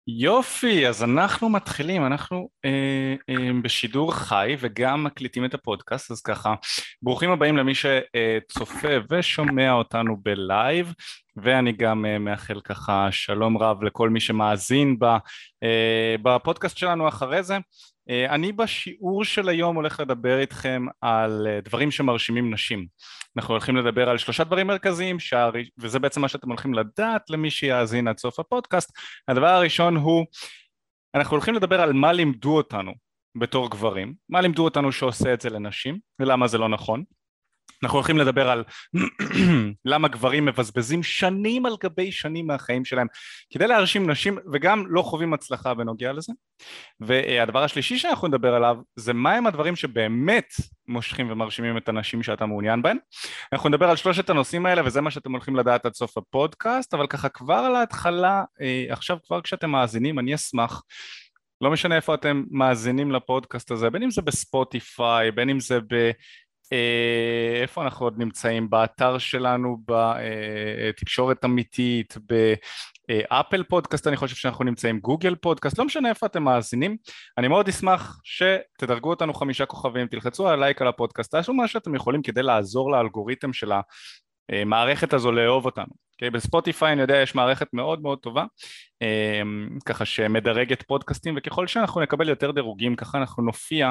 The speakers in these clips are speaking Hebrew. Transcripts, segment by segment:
יופי, אז אנחנו מתחילים, אנחנו בשידור חי וגם מקליטים את הפודקאסט, אז ככה, ברוכים הבאים למי שצופה ושומע אותנו בלייב, ואני גם מאחל ככה שלום רב לכל מי שמאזין בפודקאסט שלנו אחרי זה. אני בשיעור של היום הולך לדבר איתכם על דברים שמרשימים נשים. אנחנו הולכים לדבר על 3 דברים מרכזיים, וזה בעצם מה שאתם הולכים לדעת למי שיאזין עד סוף הפודקאסט. הדבר הראשון הוא, אנחנו הולכים לדבר על מה לימדו אותנו בתור גברים, מה לימדו אותנו שעושה את זה לנשים, ולמה זה לא נכון. אנחנו הולכים לדבר על למה גברים מבזבזים שנים על גבי שנים מהחיים שלהם כדי להרשים נשים וגם לא חווים הצלחה בנוגע לזה. והדבר השלישי שאנחנו נדבר עליו זה מהם הדברים שבאמת מושכים ומרשימים את הנשים שאתה מעוניין בהן. אנחנו נדבר על 3 הנושאים האלה וזה מה שאתם הולכים לדעת עד סוף הפודקאסט, אבל ככה כבר על ההתחלה, עכשיו כבר כשאתם מאזינים אני אשמח, לא משנה איפה אתם מאזינים לפודקאסט הזה, בין אם זה בספוטיפיי, בין אם זה איפה אנחנו עוד נמצאים, באתר שלנו, בתקשורת אמיתית, באפל פודקאסט אני חושב שאנחנו נמצאים, גוגל פודקאסט, לא משנה איפה אתם מאזינים, אני מאוד אשמח שתדרגו אותנו 5 כוכבים, תלחצו על לייק על הפודקאסט, תעשו מה שאתם יכולים כדי לעזור לאלגוריתם של המערכת הזו לאהוב אותנו. Okay, בספוטיפיי אני יודע יש מערכת מאוד מאוד טובה, ככה שמדרגת פודקאסטים, וככל שאנחנו נקבל יותר דירוגים ככה אנחנו נופיע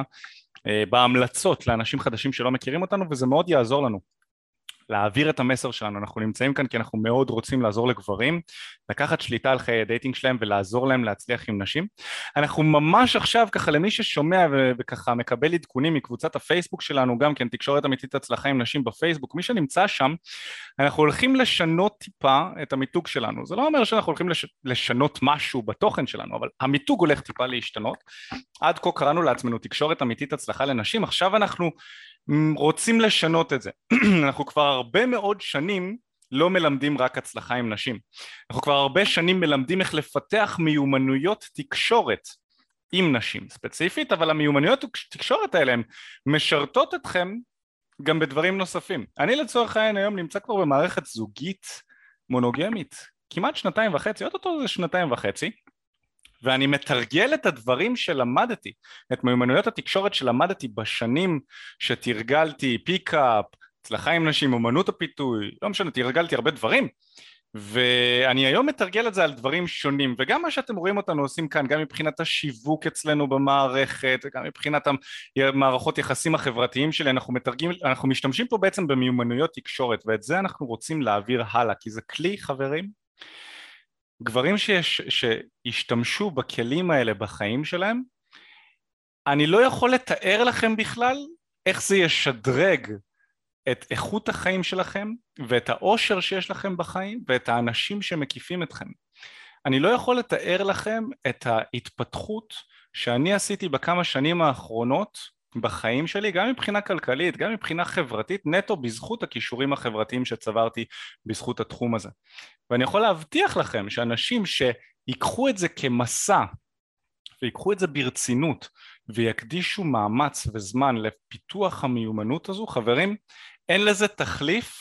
בהמלצות לאנשים חדשים שלא מכירים אותנו, וזה מאוד יעזור לנו להעביר את המסר שלנו. אנחנו נמצאים כאן כי אנחנו מאוד רוצים לעזור לגברים, לקחת שליטה על חיי הדייטינג שלהם ולעזור להם להצליח עם נשים. אנחנו ממש עכשיו ככה למי ששומע וככה מקבל עדכונים מקבוצת הפייסבוק שלנו, גם כן תקשורת אמיתית הצלחה עם נשים בפייסבוק, מי שנמצא שם, אנחנו הולכים לשנות טיפה את המיתוג שלנו. זה לא אומר שאנחנו הולכים לשנות משהו בתוכן שלנו, אבל המיתוג הולך טיפה להשתנות. עד כה קראנו לעצמנו תקשורת אמיתית הצלחה לנשים, עכשיו אנחנו רוצים לשנות את זה. אנחנו כבר הרבה מאוד שנים לא מלמדים רק הצלחה עם נשים, אנחנו כבר הרבה שנים מלמדים איך לפתח מיומנויות תקשורת עם נשים ספציפית, אבל המיומנויות תקשורת האלה הן משרתות אתכם גם בדברים נוספים. אני לצורך העניין היום נמצא כבר במערכת זוגית מונוגמית כמעט 2.5, אותו זה 2.5, ואני מתרגל את הדברים שלמדתי, את מיומנויות התקשורת שלמדתי בשנים שתרגלתי, פיקאפ, הצלחה עם נשים, אומנות הפיתוי, לא משנה, תרגלתי הרבה דברים, ואני היום מתרגל את זה על דברים שונים, וגם מה שאתם רואים אותנו עושים כאן, גם מבחינת השיווק אצלנו במערכת, וגם מבחינת המערכות יחסים החברתיים שלי, אנחנו משתמשים פה בעצם במיומנויות תקשורת, ואת זה אנחנו רוצים להעביר הלאה, כי זה כלי, חברים, גברים שישתמשו בכלים האלה בחיים שלהם, אני לא יכול לתאר לכם בכלל איך זה ישדרג את איכות החיים שלכם ואת האושר שיש לכם בחיים ואת האנשים שמקיפים אתכם. אני לא יכול לתאר לכם את ההתפתחות שאני עשיתי בכמה שנים האחרונות בחיים שלי, גם מבחינה כלכלית, גם מבחינה חברתית, נטו בזכות הכישורים החברתיים שצברתי בזכות התחום הזה. ואני יכול להבטיח לכם שאנשים שיקחו את זה כמסע ויקחו את זה ברצינות ויקדישו מאמץ וזמן לפיתוח המיומנות הזו, חברים, אין לזה תחליף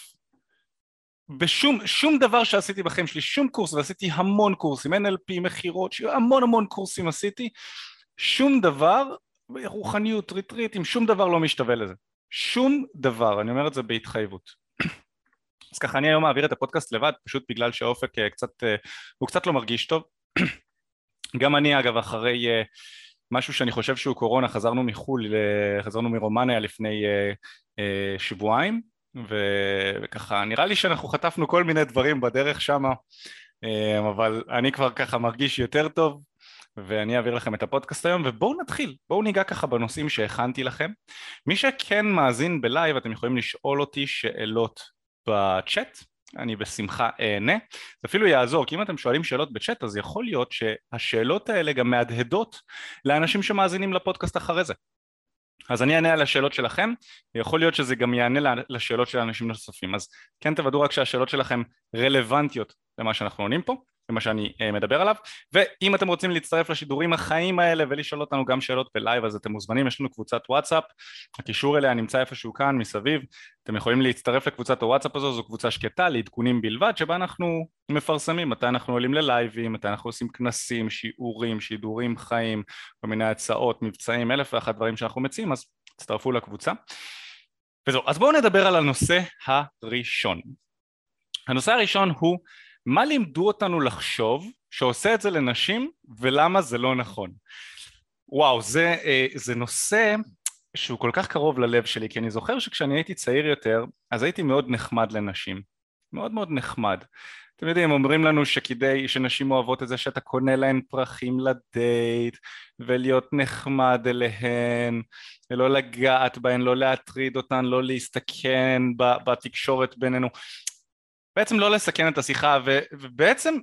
בשום דבר שעשיתי בחיים שלי, שום קורס, ועשיתי המון קורסים, NLP, מחירות, המון קורסים עשיתי, שום דבר, רוחניות, ריטריטים, שום דבר לא משתווה לזה, שום דבר, אני אומר את זה בהתחייבות. אז ככה אני היום מעביר את הפודקאסט לבד, פשוט בגלל שהאופק הוא קצת לא מרגיש טוב. גם אני אגב אחרי משהו שאני חושב שהוא קורונה, חזרנו מחול, חזרנו מרומניה לפני שבועיים, וככה נראה לי שאנחנו חטפנו כל מיני דברים בדרך שמה, אבל אני כבר ככה מרגיש יותר טוב, ואני אעביר לכם את הפודקאסט היום, ובואו נתחיל, בואו ניגע ככה בנושאים שהכנתי לכם. מי שכן מאזין בלייב, אתם יכולים לשאול אותי שאלות בצ'אט, אני בשמחה אענה, זה אפילו יעזור, כי אם אתם שואלים שאלות בצ'אט, אז יכול להיות שהשאלות האלה גם מהדהדות לאנשים שמאזינים לפודקאסט אחרי זה. אז אני אענה על השאלות שלכם, ויכול להיות שזה גם יענה לשאלות של אנשים נוספים, אז כן תוודאו רק שהשאלות שלכם רלוונטיות למה שאנחנו עונים פה. זה מה שאני מדבר עליו. ואם אתם רוצים להצטרף לשידורים החיים האלה ולשאול אותנו גם שאלות בלייב, אז אתם מוזמנים, יש לנו קבוצת וואטסאפ, הקישור אליה נמצא איפשהו כאן מסביב, אתם יכולים להצטרף לקבוצת הוואטסאפ הזו, זו קבוצה שקטה לעדכונים בלבד, שבה אנחנו מפרסמים מתי אנחנו עולים ללייבים, מתי אנחנו עושים כנסים, שיעורים, שידורים חיים, כל מיני הצעות, מבצעים, 1001 דברים שאנחנו מציעים, אז תצטרפו לקבוצה. וזהו, אז בואו נדבר על הנושא הראשון. הנושא הראשון הוא מה לימדו אותנו לחשוב שעושה את זה לנשים ולמה זה לא נכון. וואו, זה נושא שהוא כל כך קרוב ללב שלי, כי אני זוכר שכשאני הייתי צעיר יותר, אז הייתי מאוד נחמד לנשים, מאוד מאוד נחמד. אתם יודעים, אומרים לנו שכדי שנשים אוהבות את זה שאתה קונה להן פרחים לדייט, ולהיות נחמד אליהן, ולא לגעת בהן, לא להטריד אותן, לא להסתכן בתקשורת בינינו, בעצם לא לסכן את השיחה, ובעצם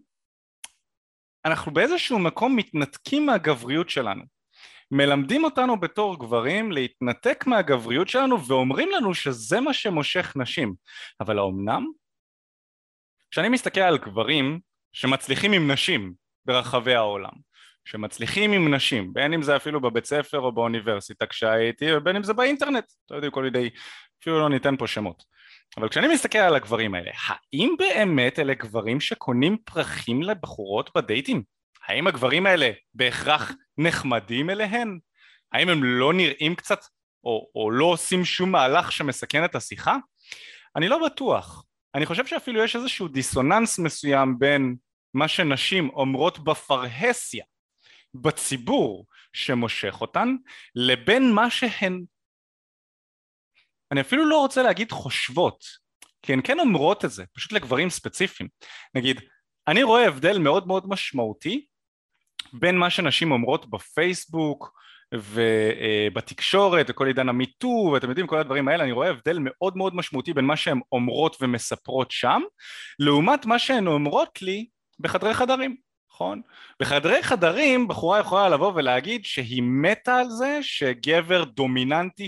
אנחנו באיזשהו מקום מתנתקים מהגבריות שלנו. מלמדים אותנו בתור גברים להתנתק מהגבריות שלנו, ואומרים לנו שזה מה שמושך נשים. אבל האומנם? כשאני מסתכל על גברים שמצליחים עם נשים ברחבי העולם, שמצליחים עם נשים, בין אם זה אפילו בבית ספר או באוניברסיטה כשהייתי, ובין אם זה באינטרנט, אתה יודע, כל ידי, אפילו לא ניתן פה שמות. אבל כשאני מסתכל על הגברים האלה, האם באמת אלה גברים שקונים פרחים לבחורות בדייטים? האם הגברים האלה בהכרח נחמדים אליהן? האם הם לא נראים קצת או לא עושים שום מהלך שמסכן את השיחה? אני לא בטוח. אני חושב שאפילו יש איזשהו דיסוננס מסוים בין מה שנשים אומרות בפרהסיה, בציבור שמושך אותן, לבין מה שהן, אני אפילו לא רוצה להגיד חושבות, כי הן כן אומרות את זה, פשוט לגברים ספציפיים. נגיד, אני רואה הבדל מאוד מאוד משמעותי בין מה שנשים אומרות בפייסבוק ובתקשורת וכל עידן המיטו, ואתם יודעים כל הדברים האלה, אני רואה הבדל מאוד מאוד משמעותי בין מה שהן אומרות ומספרות שם, לעומת מה שהן אומרות לי בחדרי חדרים, נכון? בחדרי חדרים בחורה יכולה לבוא ולהגיד שהיא מתה על זה שגבר דומיננטי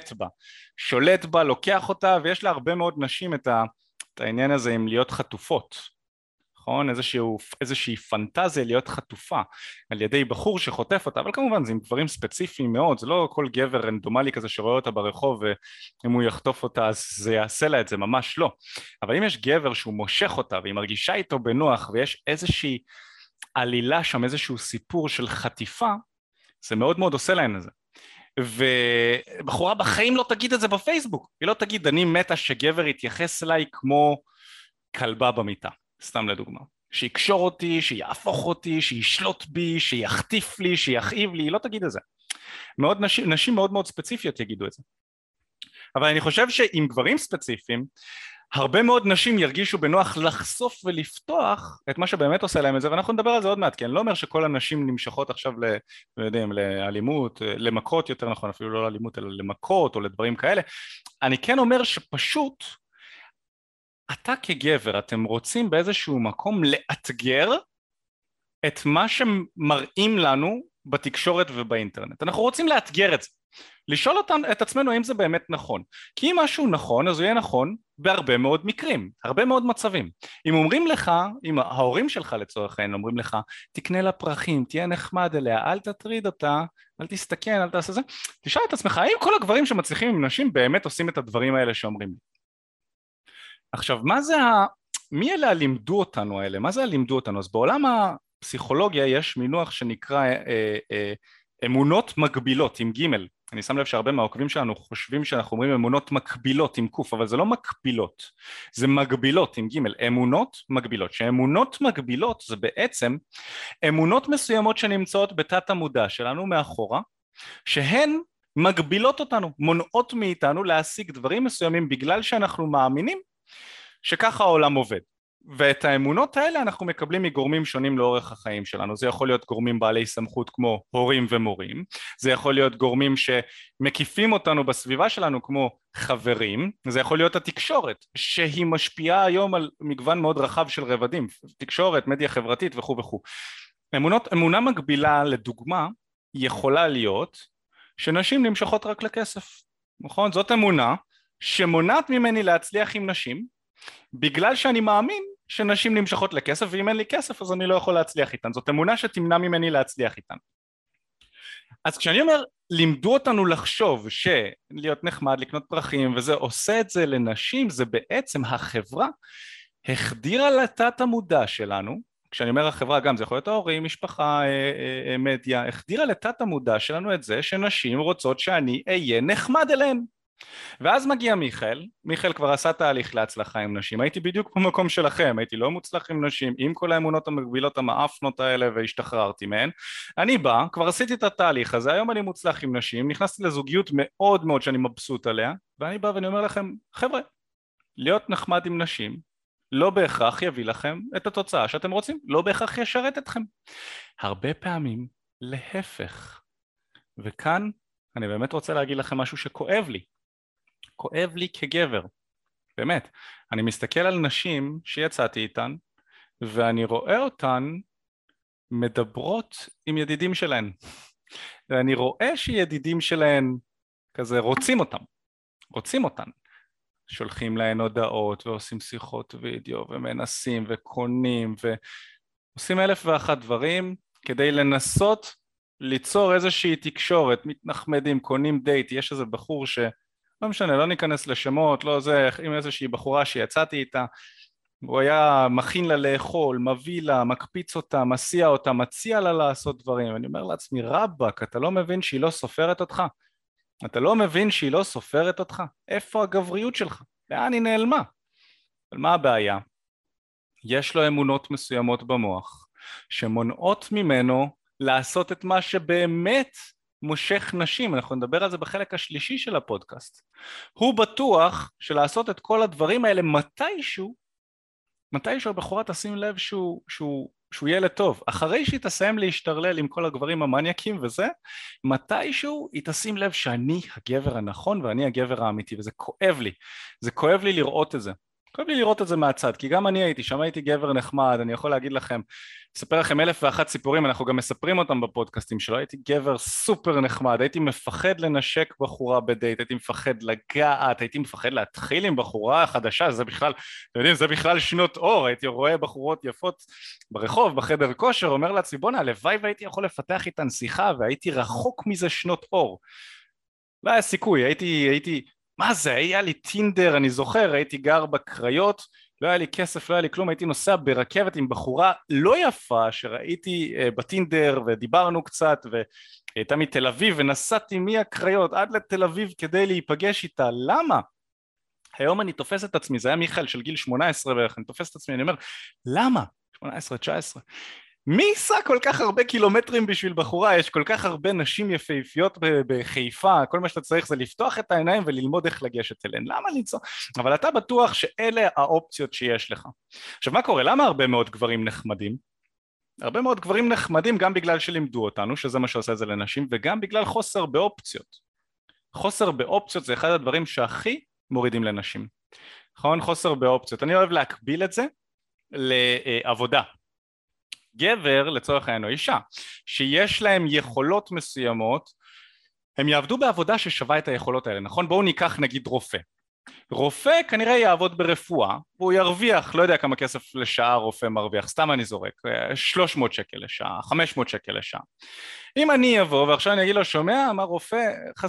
שולט בה, לוקח אותה, ויש לה הרבה מאוד נשים את העניין הזה עם להיות חטופות, נכון? איזושהי פנטזיה להיות חטופה על ידי בחור שחוטף אותה, אבל כמובן זה עם דברים ספציפיים מאוד, זה לא כל גבר רנדומלי כזה שרואה אותה ברחוב ואם הוא יחטוף אותה אז זה יעשה לה את זה, ממש לא. אבל אם יש גבר שהוא מושך אותה והיא מרגישה איתו בנוח ויש איזושהי עלילה שם, איזשהו סיפור של חטיפה, זה מאוד מאוד עושה להן את זה. ובחורה בחיים לא תגיד את זה בפייסבוק, היא לא תגיד אני מתה שגבר יתייחס אליי כמו כלבה במיטה, סתם לדוגמה, שיקשור אותי, שיהפוך אותי, שישלוט בי, שיחטיף לי, שיכאיב לי, היא לא תגיד את זה. נשים מאוד מאוד ספציפיות יגידו את זה. אבל אני חושב שעם גברים ספציפיים, הרבה מאוד נשים ירגישו בנוח לחשוף ולפתוח את מה שבאמת עושה להם את זה, ואנחנו נדבר על זה עוד מעט, כי אני לא אומר שכל הנשים נמשכות עכשיו לאלימות, למכות יותר נכון, אפילו לא לאלימות אלא למכות או לדברים כאלה. אני כן אומר שפשוט אתה כגבר, אתם רוצים באיזשהו מקום לאתגר את מה שמראים לנו בתקשורת ובאינטרנט. אנחנו רוצים לאתגר את זה, לשאול את עצמנו האם זה באמת נכון. כי אם משהו נכון, אז הוא יהיה נכון בהרבה מאוד מקרים, הרבה מאוד מצבים. אם אומרים לך, אם ההורים שלך לצורך העניין אומרים לך, תקנה לה פרחים, תהיה נחמד אליה, אל תטריד אותה, אל תסתכן, אל תעשה זה, תשאל את עצמך, האם כל הגברים שמצליחים עם נשים באמת עושים את הדברים האלה שאומרים לי? עכשיו, מי אלה לימדו אותנו האלה? מה זה לימדו אותנו? אז בעולם הפסיכולוגיה יש מינוח שנקרא אמונות מגבילות עם ג'. אני שם לב שהרבה מהעוקבים שלנו חושבים שאנחנו אומרים אמונות מקבילות עם קוף, אבל זה לא מקבילות, זה מגבילות עם ג', אמונות מגבילות. שאמונות מגבילות זה בעצם אמונות מסוימות שנמצאות בתת המודע שלנו מאחורה, שהן מגבילות אותנו, מונעות מאיתנו להשיג דברים מסוימים בגלל שאנחנו מאמינים שככה העולם עובד. ואת האמונות האלה אנחנו מקבלים מגורמים שונים לאורך החיים שלנו. זה יכול להיות גורמים בעלי סמכות כמו הורים ומורים, זה יכול להיות גורמים שמקיפים אותנו בסביבה שלנו כמו חברים, זה יכול להיות התקשורת שהיא משפיעה היום על מגוון מאוד רחב של רבדים, תקשורת, מדיה חברתית וכו' וכו'. אמונה מגבילה לדוגמה יכולה להיות שנשים נמשכות רק לכסף, נכון? זאת אמונה שמונעת ממני להצליח עם נשים, בגלל שאני מאמין שנשים נמשכות לכסף, ואם אין לי כסף אז אני לא יכול להצליח איתן. זאת אמונה שתמנע ממני להצליח איתן. אז כשאני אומר, לימדו אותנו לחשוב שלהיות נחמד, לקנות פרחים, וזה עושה את זה לנשים, זה בעצם החברה החדירה לתת המודע שלנו, כשאני אומר החברה גם זה יכול להיות ההורים, משפחה, מדיה, החדירה לתת המודע שלנו את זה שנשים רוצות שאני אהיה נחמד אליהן. ואז מגיע מיכאל כבר עשה תהליך להצלחה עם נשים, הייתי בדיוק במקום שלכם, הייתי לא מוצלח עם נשים, עם כל האמונות המגבילות המאפנות האלה והשתחררתי מהן, אני בא, כבר עשיתי את התהליך הזה, היום אני מוצלח עם נשים, נכנסתי לזוגיות מאוד מאוד שאני מבסוט עליה, ואני בא ואני אומר לכם, חבר'ה, להיות נחמד עם נשים, לא בהכרח יביא לכם את התוצאה שאתם רוצים, לא בהכרח ישרת אתכם, הרבה פעמים להפך, וכאן אני באמת רוצה להגיד לכם משהו שכואב לי, כואב לי כגבר, באמת, אני מסתכל על נשים שיצאתי איתן ואני רואה אותן מדברות עם ידידים שלהן ואני רואה שידידים שלהן כזה רוצים אותן, שולחים להן הודעות ועושים שיחות וידאו ומנסים וקונים ועושים 1001 דברים כדי לנסות ליצור איזושהי תקשורת, מתנחמדים, קונים דייט, יש איזה בחור לא משנה, לא ניכנס לשמות, לא זה, עם איזושהי בחורה שיצאתי איתה, הוא היה מכין לה לאכול, מביא לה, מקפיץ אותה, מסיע אותה, מציע לה לעשות דברים, אני אומר לעצמי, רבק, אתה לא מבין שהיא לא סופרת אותך? אתה לא מבין שהיא לא סופרת אותך? איפה הגבריות שלך? לאן היא נעלמה? אבל מה הבעיה? יש לו אמונות מסוימות במוח, שמונעות ממנו לעשות את מה שבאמת מושך נשים, אנחנו נדבר על זה בחלק השלישי של הפודקאסט. הוא בטוח שלעשות את כל הדברים האלה מתישהו הבחורה תשים לב שהוא ילד טוב, אחרי שהיא תסיים להשתרלל עם כל הגברים המניאקים וזה, מתישהו היא תשים לב שאני הגבר הנכון ואני הגבר האמיתי, וזה כואב לי, זה כואב לי לראות את זה. כואב לי לראות את זה מהצד, כי גם אני הייתי גבר נחמד, אני יכול להגיד לכם, אספר לכם 1001 סיפורים, אנחנו גם מספרים אותם בפודקאסטים שלו, הייתי גבר סופר נחמד, הייתי מפחד לנשק בחורה בדייט, הייתי מפחד לגעת, הייתי מפחד להתחיל עם בחורה חדשה, זה בכלל, אתם יודעים, זה בכלל שנות אור, הייתי רואה בחורות יפות ברחוב, בחדר כושר, אומר לעצמי, בונה, הלוואי והייתי יכול לפתח איתן שיחה, והייתי רחוק מזה שנות אור. לא היה סיכוי, הייתי מה זה, היה לי טינדר, אני זוכר, הייתי גר בקריות, לא היה לי כסף, לא היה לי כלום, הייתי נוסע ברכבת עם בחורה לא יפה שראיתי בטינדר ודיברנו קצת והייתה מתל אביב ונסעתי מהקריות עד לתל אביב כדי להיפגש איתה, למה? היום אני תופס את עצמי, זה היה מיכאל של גיל 18 בערך, אני תופס את עצמי, אני אומר, למה? 18, 19 מי ייסע כל כך הרבה קילומטרים בשביל בחורה? יש כל כך הרבה נשים יפהפיות בחיפה, כל מה שאתה צריך זה לפתוח את העיניים וללמוד איך לגשת אליהן. למה לנסוע? אבל אתה בטוח שאלה האופציות שיש לך. עכשיו מה קורה? למה הרבה מאוד גברים נחמדים? הרבה מאוד גברים נחמדים גם בגלל שלימדו אותנו, שזה מה שעושה את זה לנשים, וגם בגלל חוסר באופציות. חוסר באופציות זה אחד הדברים שהכי מורידים לנשים. נכון? חוסר באופציות. אני אוהב להקביל את זה לעבודה. גבר לצורך העניין או אישה שיש להם יכולות מסוימות, הם יעבדו בעבודה ששווה את היכולות האלה, נכון? בואו ניקח נגיד רופא כנראה יעבוד ברפואה והוא ירוויח, לא יודע כמה כסף לשעה רופא מרוויח, סתם אני זורק, 300 שקל לשעה, 500 שקל לשעה. אם אני אבוא ועכשיו אני אגיד לו, שומע, אמר רופא,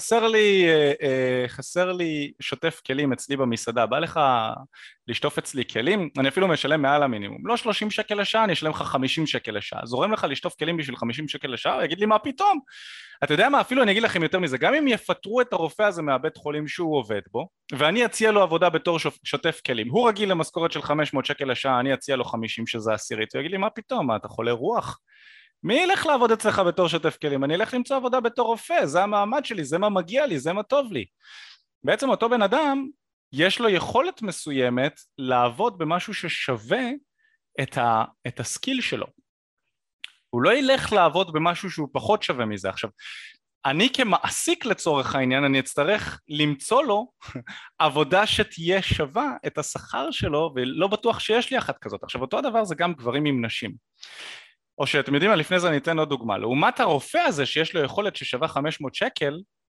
חסר לי שוטף כלים אצלי במסעדה, בא לך לשטוף אצלי כלים? אני אפילו משלם מעל המינימום, לא 30 שקל לשעה, אני אשלם לך 50 שקל לשעה, זורם לך לשטוף כלים בשביל 50 שקל לשעה? הוא יגיד לי, מה פתאום? אתה יודע מה, אפילו אני אגיד לכם יותר מזה, גם אם יפטרו את הרופא הזה מהבית חולים שהוא עובד בו, ואני אציע לו עבודה בתור שוטף כלים, הוא רגיל למשכורת של 500 שקל לשעה, אני אציע לו 50 שזה עשירית, הוא יגיד לי, מה פתאום, מה, אתה חולה רוח? מי ילך לעבוד אצלך בתור שוטף כלים? אני אלך למצוא עבודה בתור רופא, זה המעמד שלי, זה מה מגיע לי, זה מה טוב לי. בעצם אותו בן אדם, יש לו יכולת מסוימת לעבוד במשהו ששווה את הסקיל שלו. הוא לא ילך לעבוד במשהו שהוא פחות שווה מזה. עכשיו, אני כמעסיק לצורך העניין, אני אצטרך למצוא לו עבודה שתהיה שווה את השכר שלו, ולא בטוח שיש לי אחת כזאת. עכשיו, אותו הדבר זה גם גברים עם נשים. או שאתם יודעים מה, לפני זה אני אתן עוד דוגמה. לעומת הרופא הזה שיש לו יכולת ששווה 500 שקל,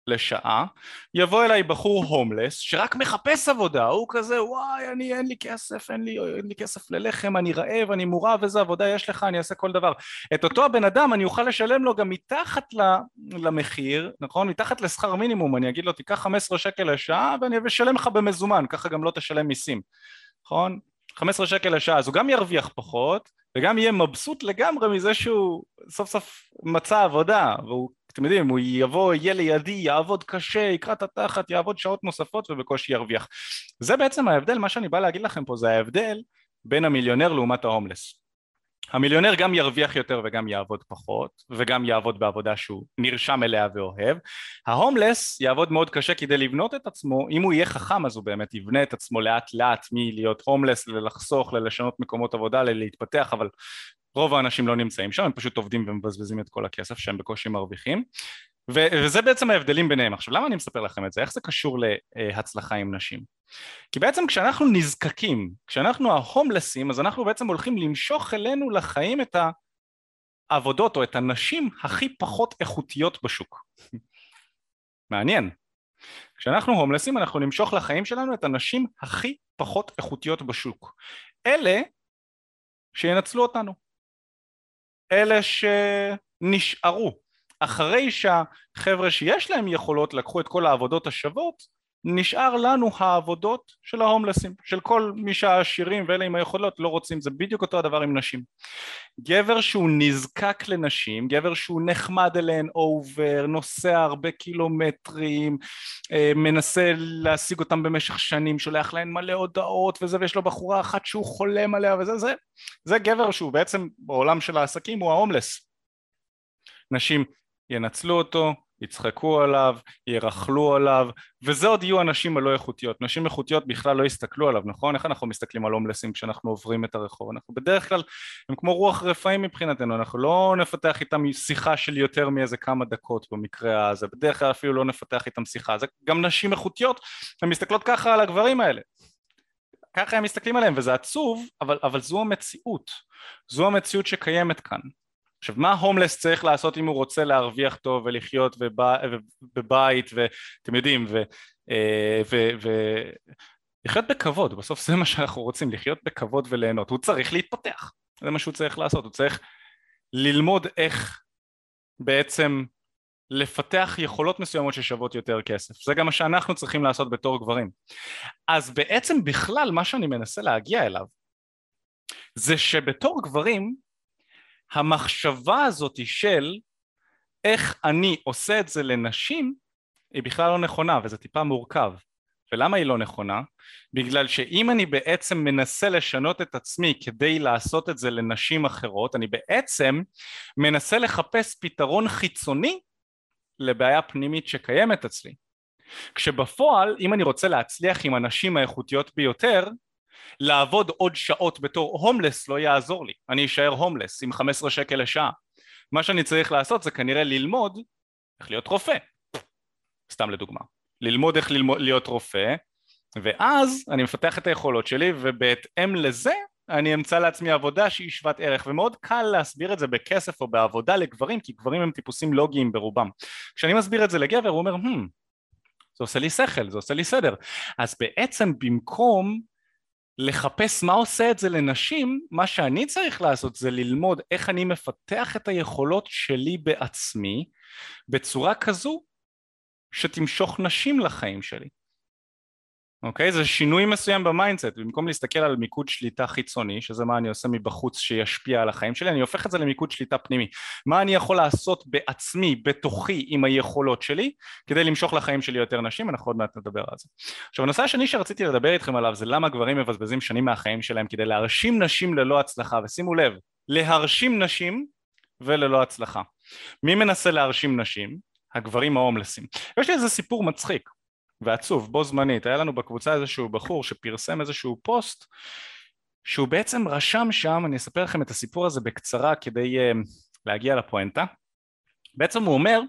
לשעה, יבוא אליי בחור הומלס שרק מחפש עבודה, הוא כזה וואי אין לי כסף, אין לי כסף ללחם, אני רעב, אני מורעב, איזה עבודה יש לך, אני אעשה כל דבר. את אותו הבן אדם אני אוכל לשלם לו גם מתחת למחיר, נכון? מתחת לשכר מינימום, אני אגיד לו תיקח 15 שקל לשעה ואני אשלם לך במזומן, ככה גם לא תשלם מיסים, נכון? 15 שקל לשעה, אז הוא גם ירוויח פחות וגם יהיה מבסוט לגמרי מזה שהוא סוף סוף מצא עבודה, והוא, אתם יודעים, הוא יבוא, יהיה לידי, יעבוד קשה, יקרא את התחת, יעבוד שעות נוספות ובקושי ירוויח. זה בעצם ההבדל, מה שאני בא להגיד לכם פה זה ההבדל בין המיליונר לעומת ההומלס. המיליונר גם ירוויח יותר וגם יעבוד פחות, וגם יעבוד בעבודה שהוא נרשם אליה ואוהב. ההומלס יעבוד מאוד קשה כדי לבנות את עצמו, אם הוא יהיה חכם אז הוא באמת יבנה את עצמו לאט לאט מלהיות הומלס, ללחסוך, ללשנות מקומות עבודה, להתפתח, אבל רוב האנשים לא נמצאים שם, הם פשוט עובדים ומבזבזים את כל הכסף שהם בקושי מרוויחים, וזה בעצם ההבדלים ביניהם. עכשיו למה אני מספר לכם את זה? איך זה קשור להצלחה עם נשים? כי בעצם כשאנחנו נזקקים, כשאנחנו ההומלסים, אז אנחנו בעצם הולכים למשוך אלינו לחיים את העבודות או את הנשים הכי פחות איכותיות בשוק. מעניין. כשאנחנו הומלסים אנחנו נמשוך לחיים שלנו את הנשים הכי פחות איכותיות בשוק. אלה שינצלו אותנו. אלה שנשארו. אחרי שהחבר'ה שיש להם יכולות לקחו את כל העבודות השוות, נשאר לנו העבודות של ההומלסים, של כל מי שהעשירים ואלה עם היכולות לא רוצים. זה בדיוק אותו הדבר עם נשים. גבר שהוא נזקק לנשים, גבר שהוא נחמד אליהן אובר, נוסע הרבה קילומטרים, מנסה להשיג אותם במשך שנים, שולח להן מלא הודעות וזה, ויש לו בחורה אחת שהוא חולם עליה וזה, זה גבר שהוא בעצם בעולם של העסקים הוא ההומלס. נשים ינצלו אותו, יצחקו עליו, ירחלו עליו, וזה עוד יהיו הנשים הלא איכותיות. נשים איכותיות בכלל לא יסתכלו עליו, נכון? איך אנחנו מסתכלים על הומלסים כשאנחנו עוברים את הרחוב? אנחנו בדרך כלל, הם כמו רוח רפאים מבחינתנו, אנחנו לא נפתח איתם שיחה של יותר מאיזה כמה דקות במקרה הזה, בדרך כלל אפילו לא נפתח איתם שיחה. זה גם נשים איכותיות, הן מסתכלות ככה על הגברים האלה. ככה הם מסתכלים עליהם, וזה עצוב, אבל זו המציאות. זו המציאות שקיימת כאן. עכשיו מה הומלס צריך לעשות אם הוא רוצה להרוויח טוב ולחיות בבית ואתם יודעים לחיות בכבוד, בסוף זה מה שאנחנו רוצים, לחיות בכבוד וליהנות. הוא צריך להתפתח, זה מה שהוא צריך לעשות, הוא צריך ללמוד איך בעצם לפתח יכולות מסוימות ששוות יותר כסף. זה גם מה שאנחנו צריכים לעשות בתור גברים. אז בעצם בכלל מה שאני מנסה להגיע אליו זה שבתור גברים המחשבה הזאת של איך אני עושה את זה לנשים היא בכלל לא נכונה, וזה טיפה מורכב. ולמה היא לא נכונה? בגלל שאם אני בעצם מנסה לשנות את עצמי כדי לעשות את זה לנשים אחרות, אני בעצם מנסה לחפש פתרון חיצוני לבעיה פנימית שקיימת אצלי. כשבפועל אם אני רוצה להצליח עם הנשים האיכותיות ביותר, לעבוד עוד שעות בתור הומלס לא יעזור לי, אני אשאר הומלס עם 15 שקל לשעה. מה שאני צריך לעשות זה כנראה ללמוד איך להיות רופא, סתם לדוגמה, ללמוד איך להיות רופא, ואז אני מפתח את היכולות שלי ובהתאם לזה אני אמצא לעצמי עבודה שהיא שוות ערך. ומאוד קל להסביר את זה בכסף או בעבודה לגברים, כי גברים הם טיפוסים לוגיים ברובם. כשאני מסביר את זה לגבר הוא אומר זה עושה לי שכל, זה עושה לי סדר. אז בעצם במקום לחפש מה עושה את זה לנשים, מה שאני צריך לעשות זה ללמוד איך אני מפתח את היכולות שלי בעצמי בצורה כזו שתמשוך נשים לחיים שלי. אוקיי? זה שינוי מסוים במיינדסט. במקום להסתכל על מיקוד שליטה חיצוני, שזה מה אני עושה מבחוץ שישפיע על החיים שלי, אני הופך את זה למיקוד שליטה פנימי. מה אני יכול לעשות בעצמי, בתוכי, עם היכולות שלי, כדי למשוך לחיים שלי יותר נשים, אנחנו עוד מעט נדבר על זה. עכשיו, הנושא השני שרציתי לדבר איתכם עליו, זה למה גברים מבזבזים שנים מהחיים שלהם, כדי להרשים נשים ללא הצלחה, ושימו לב, להרשים נשים וללא הצלחה. מי מנסה להרשים נשים? הגברים ההומלסים. יש לי איזה סיפור מצחיק. ועצוב, בו זמנית, היה לנו בקבוצה איזשהו בחור שפרסם איזשהו פוסט שהוא בעצם רשם שם, אני אספר לכם את הסיפור הזה בקצרה כדי להגיע לפואנטה. בעצם הוא אומר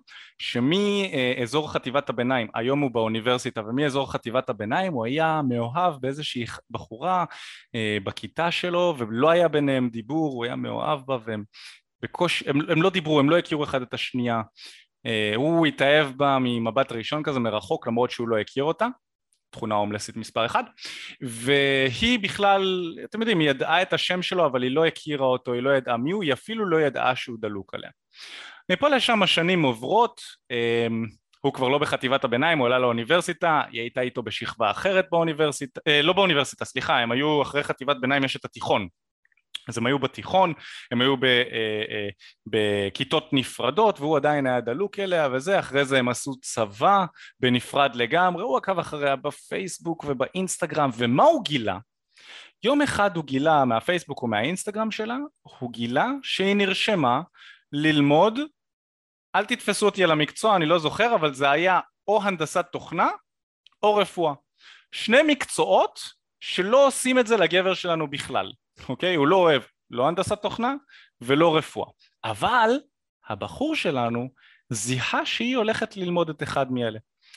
שמאזור חטיבת הביניים, היום הוא באוניברסיטה, ומאזור חטיבת הביניים הוא היה מאוהב באיזושהי בחורה בכיתה שלו, ולא היה ביניהם דיבור, הוא היה מאוהב בה, והם לא דיברו, הם לא הכירו אחד את השנייה, הוא התאהב בה ממבט ראשון כזה מרחוק למרות שהוא לא הכיר אותה, תכונה הומלסית מספר 1, והיא בכלל, אתם יודעים, היא ידעה את השם שלו אבל היא לא הכירה אותו, היא לא ידעה מי הוא, היא אפילו לא ידעה שהוא דלוק עליה. מפה לשם השנים עוברות, הוא כבר לא בחטיבת הביניים, הוא עלה לאוניברסיטה, היא הייתה איתו בשכבה אחרת באוניברסיטה, לא באוניברסיטה, סליחה, הם היו אחרי חטיבת ביניים יש את התיכון, אז הם היו בתיכון, הם היו בכיתות נפרדות והוא עדיין היה דלוק אליה וזה, אחרי זה הם עשו צבא בנפרד לגמרי, הוא עקב אחריה בפייסבוק ובאינסטגרם, ומה הוא גילה? יום אחד הוא גילה מהפייסבוק ומהאינסטגרם שלה, הוא גילה שהיא נרשמה ללמוד, אל תתפסו אותי על המקצוע, אני לא זוכר, אבל זה היה או הנדסת תוכנה או רפואה, שני מקצועות שלא עושים את זה לגבר שלנו בכלל. אוקיי? הוא לא אוהב לא הנדסת תוכנה ולא רפואה, אבל הבחור שלנו זיהה שהיא הולכת ללמוד את אחד מאלה.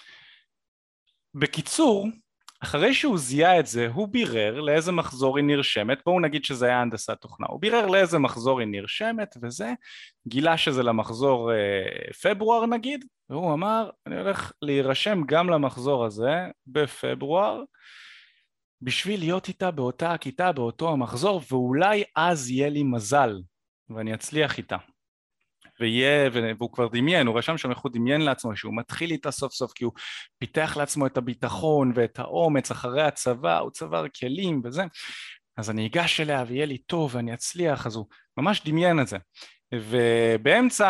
בקיצור, אחרי שהוא זיהה את זה, הוא בירר לאיזה מחזור היא נרשמת, בואו נגיד שזה היה הנדסת תוכנה, הוא בירר לאיזה מחזור היא נרשמת וזה, גילה שזה למחזור פברואר נגיד, והוא אמר אני הולך להירשם גם למחזור הזה בפברואר, בשביל להיות איתה באותה הכיתה, באותו המחזור, ואולי אז יהיה לי מזל, ואני אצליח איתה. והוא כבר דמיין, הוא רשם שם איך הוא דמיין לעצמו, שהוא מתחיל איתה סוף סוף, כי הוא פיתח לעצמו את הביטחון ואת האומץ אחרי הצבא, הוא צבר כלים וזה, אז אני אגש אליה ויהיה לי טוב ואני אצליח, אז הוא ממש דמיין את זה. ובאמצע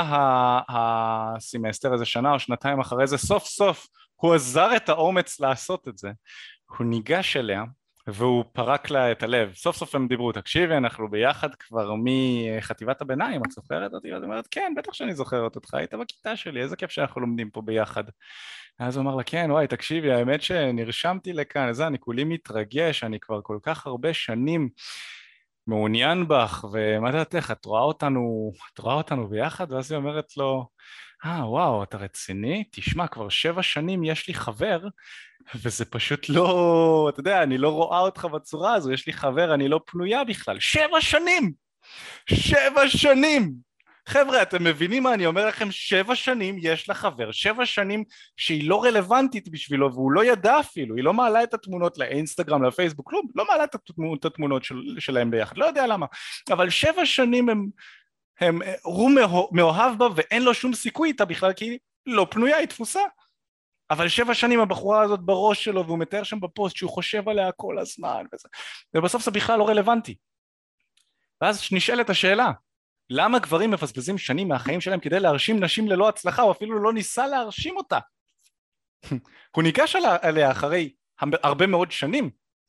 הסמסטר, איזה שנה או שנתיים אחרי זה, סוף סוף הוא עזר את האומץ לעשות את זה, הוא ניגש אליה והוא פרק לה את הלב, סוף סוף הם דיברו, תקשיבי אנחנו ביחד כבר מחטיבת הביניים, את זוכרת אותי? ואת אומרת כן, בטח שאני זוכרת אותך, היית בכיתה שלי, איזה כיף שאנחנו לומדים פה ביחד. אז הוא אמר לה כן, וואי תקשיבי, האמת שנרשמתי לכאן, איזה אני כולי מתרגש, אני כבר כל כך הרבה שנים מעוניין בך, ומה דעתך, את רואה אותנו ביחד? ואז היא אומרת לו, וואו, אתה רציני? תשמע, כבר 7 שנים יש לי חבר, וזה פשוט לא, אתה יודע, אני לא רואה אותך בצורה הזו, יש לי חבר, אני לא פנויה בכלל. 7 שנים! 7 שנים! חבר'ה, אתם מבינים מה אני אומר לכם? 7 שנים יש לה חבר, 7 שנים שהיא לא רלוונטית בשבילו, והוא לא ידע אפילו, היא לא מעלה את התמונות לאינסטגרם, לפייסבוק, כלום, לא מעלה את התמונות שלהם ביחד, לא יודע למה, אבל 7 שנים הוא מאוהב בה ואין לו שום סיכוי איתה בכלל, כי היא לא פנויה, היא תפוסה. אבל 7 שנים הבחורה הזאת בראש שלו, והוא מתאר שם בפוסט שהוא חושב עליה כל הזמן, ובסוף זה בכלל לא רלוונטי. ואז נשאלת השאלה, למה גברים מבזבזים שנים מהחיים שלהם כדי להרשים נשים ללא הצלחה, או אפילו לא ניסה להרשים אותה? הוא ניגש עליה אחרי הרבה מאוד שנים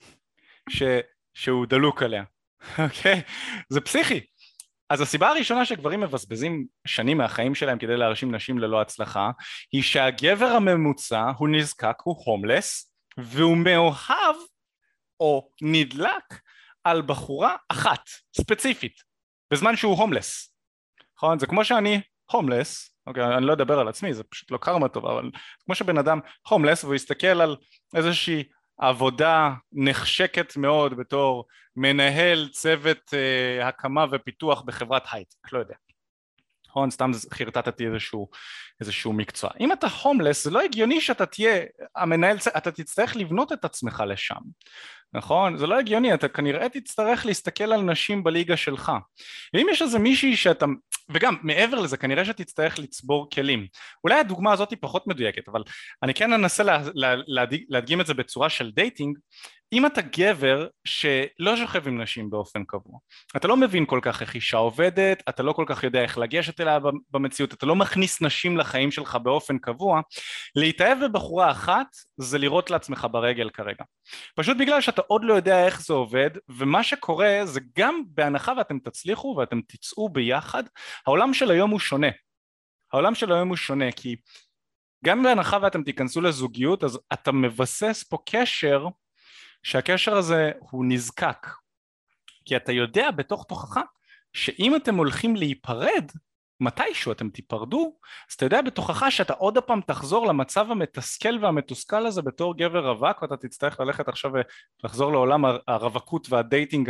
שהוא דלוק עליה, אוקיי? זה פסיכי. אז הסיבה הראשונה שגברים מבזבזים שנים מהחיים שלהם כדי להרשים נשים ללא הצלחה, היא שהגבר הממוצע הוא נזקק, הוא הומלס, והוא מאוהב או נדלק על בחורה אחת, ספציפית, בזמן שהוא הומלס. נכון? זה כמו שאני הומלס, אוקיי, אני לא אדבר על עצמי, זה פשוט לא קרמה טובה, אבל כמו שבן אדם הומלס והוא יסתכל על איזושהי עבודה נחשקת מאוד בתור מנהל צוות הקמה ופיתוח בחברת הייטק, לא יודע. נכון, סתם חרטטתי איזשהו מקצוע. אם אתה הומלס, זה לא הגיוני שאתה תהיה המנהל, אתה תצטרך לבנות את עצמך לשם. נכון? זה לא הגיוני, אתה כנראה תצטרך להסתכל על נשים בליגה שלך. ואם יש איזה מישהי שאתה, וגם מעבר לזה, כנראה שתצטרך לצבור כלים. אולי הדוגמה הזאת היא פחות מדויקת, אבל אני כן אנסה להדגים את זה בצורה של דייטינג. אם אתה גבר שלא שוכב עם נשים באופן קבוע, אתה לא מבין כל כך איך אישה עובדת, אתה לא כל כך יודע איך לגשת אליה במציאות, אתה לא מכניס נשים לחיים שלך באופן קבוע, להתאהב בבחורה אחת זה לירות לעצמך ברגל כרגע. פשוט בגלל שאתה עוד לא יודע איך זה עובד, ומה שקורה זה גם בהנחה ואתם תצליחו ואתם תצאו ביחד, העולם של היום הוא שונה. העולם של היום הוא שונה, כי גם בהנחה ואתם תיכנסו לזוגיות, אז אתה מבסס פה קשר, שהקשר הזה הוא נזקק, כי אתה יודע בתוך תוכך שאם אתם הולכים להיפרד, מתישהו אתם תיפרדו, אז אתה יודע בתוכך שאתה עוד הפעם תחזור למצב המתסכל והמתוסכל הזה בתור גבר רווק, ואתה תצטרך ללכת עכשיו ולחזור לעולם הרווקות והדייטינג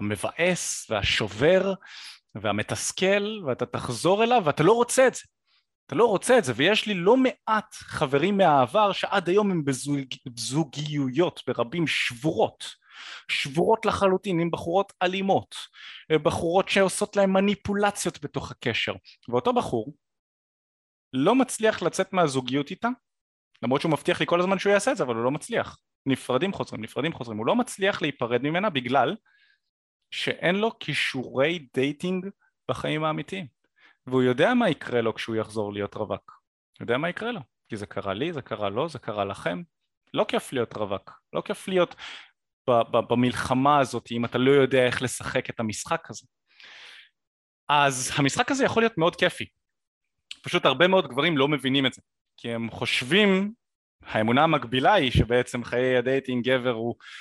המבאס והשובר והמתסכל, ואתה תחזור אליו ואתה לא רוצה את זה. אתה לא רוצה את זה, ויש לי לא מעט חברים מהעבר שעד היום הם בזוגיות ברבים שבורות לחלוטין, עם בחורות אלימות, בחורות שעושות להם מניפולציות בתוך הקשר, ואותו בחור לא מצליח לצאת מהזוגיות איתה, למרות שהוא מבטיח לי כל הזמן שהוא יעשה את זה, אבל הוא לא מצליח, נפרדים חוזרים, הוא לא מצליח להיפרד ממנה בגלל שאין לו כישורי דייטינג בחיים האמיתיים, והוא יודע מה יקרה לו כשהוא יחזור להיות רווק, הוא יודע מה יקרה לו, כי זה קרה לי, זה קרה לו, זה קרה לכם, לא כיף להיות רווק, לא כיף להיות במלחמה הזאת אם אתה לא יודע איך לשחק את המשחק הזה. אז המשחק הזה יכול להיות מאוד כיפי, פשוט הרבה מאוד גברים לא מבינים את זה, כי הם חושבים, האמונה המקבילה היא שבעצם חיי הדייטינג גבר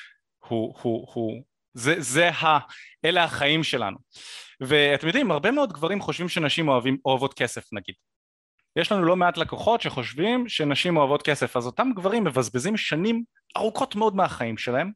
אלה החיים שלנו, ואתם יודעים הרבה מאוד גברים חושבים שנשים אוהבות כסף נגיד, יש לנו לא מעט לקוחות שחושבים שנשים אוהבות כסף, אז אותם גברים מבזבזים שנים ארוכות מאוד מהחיים שלהם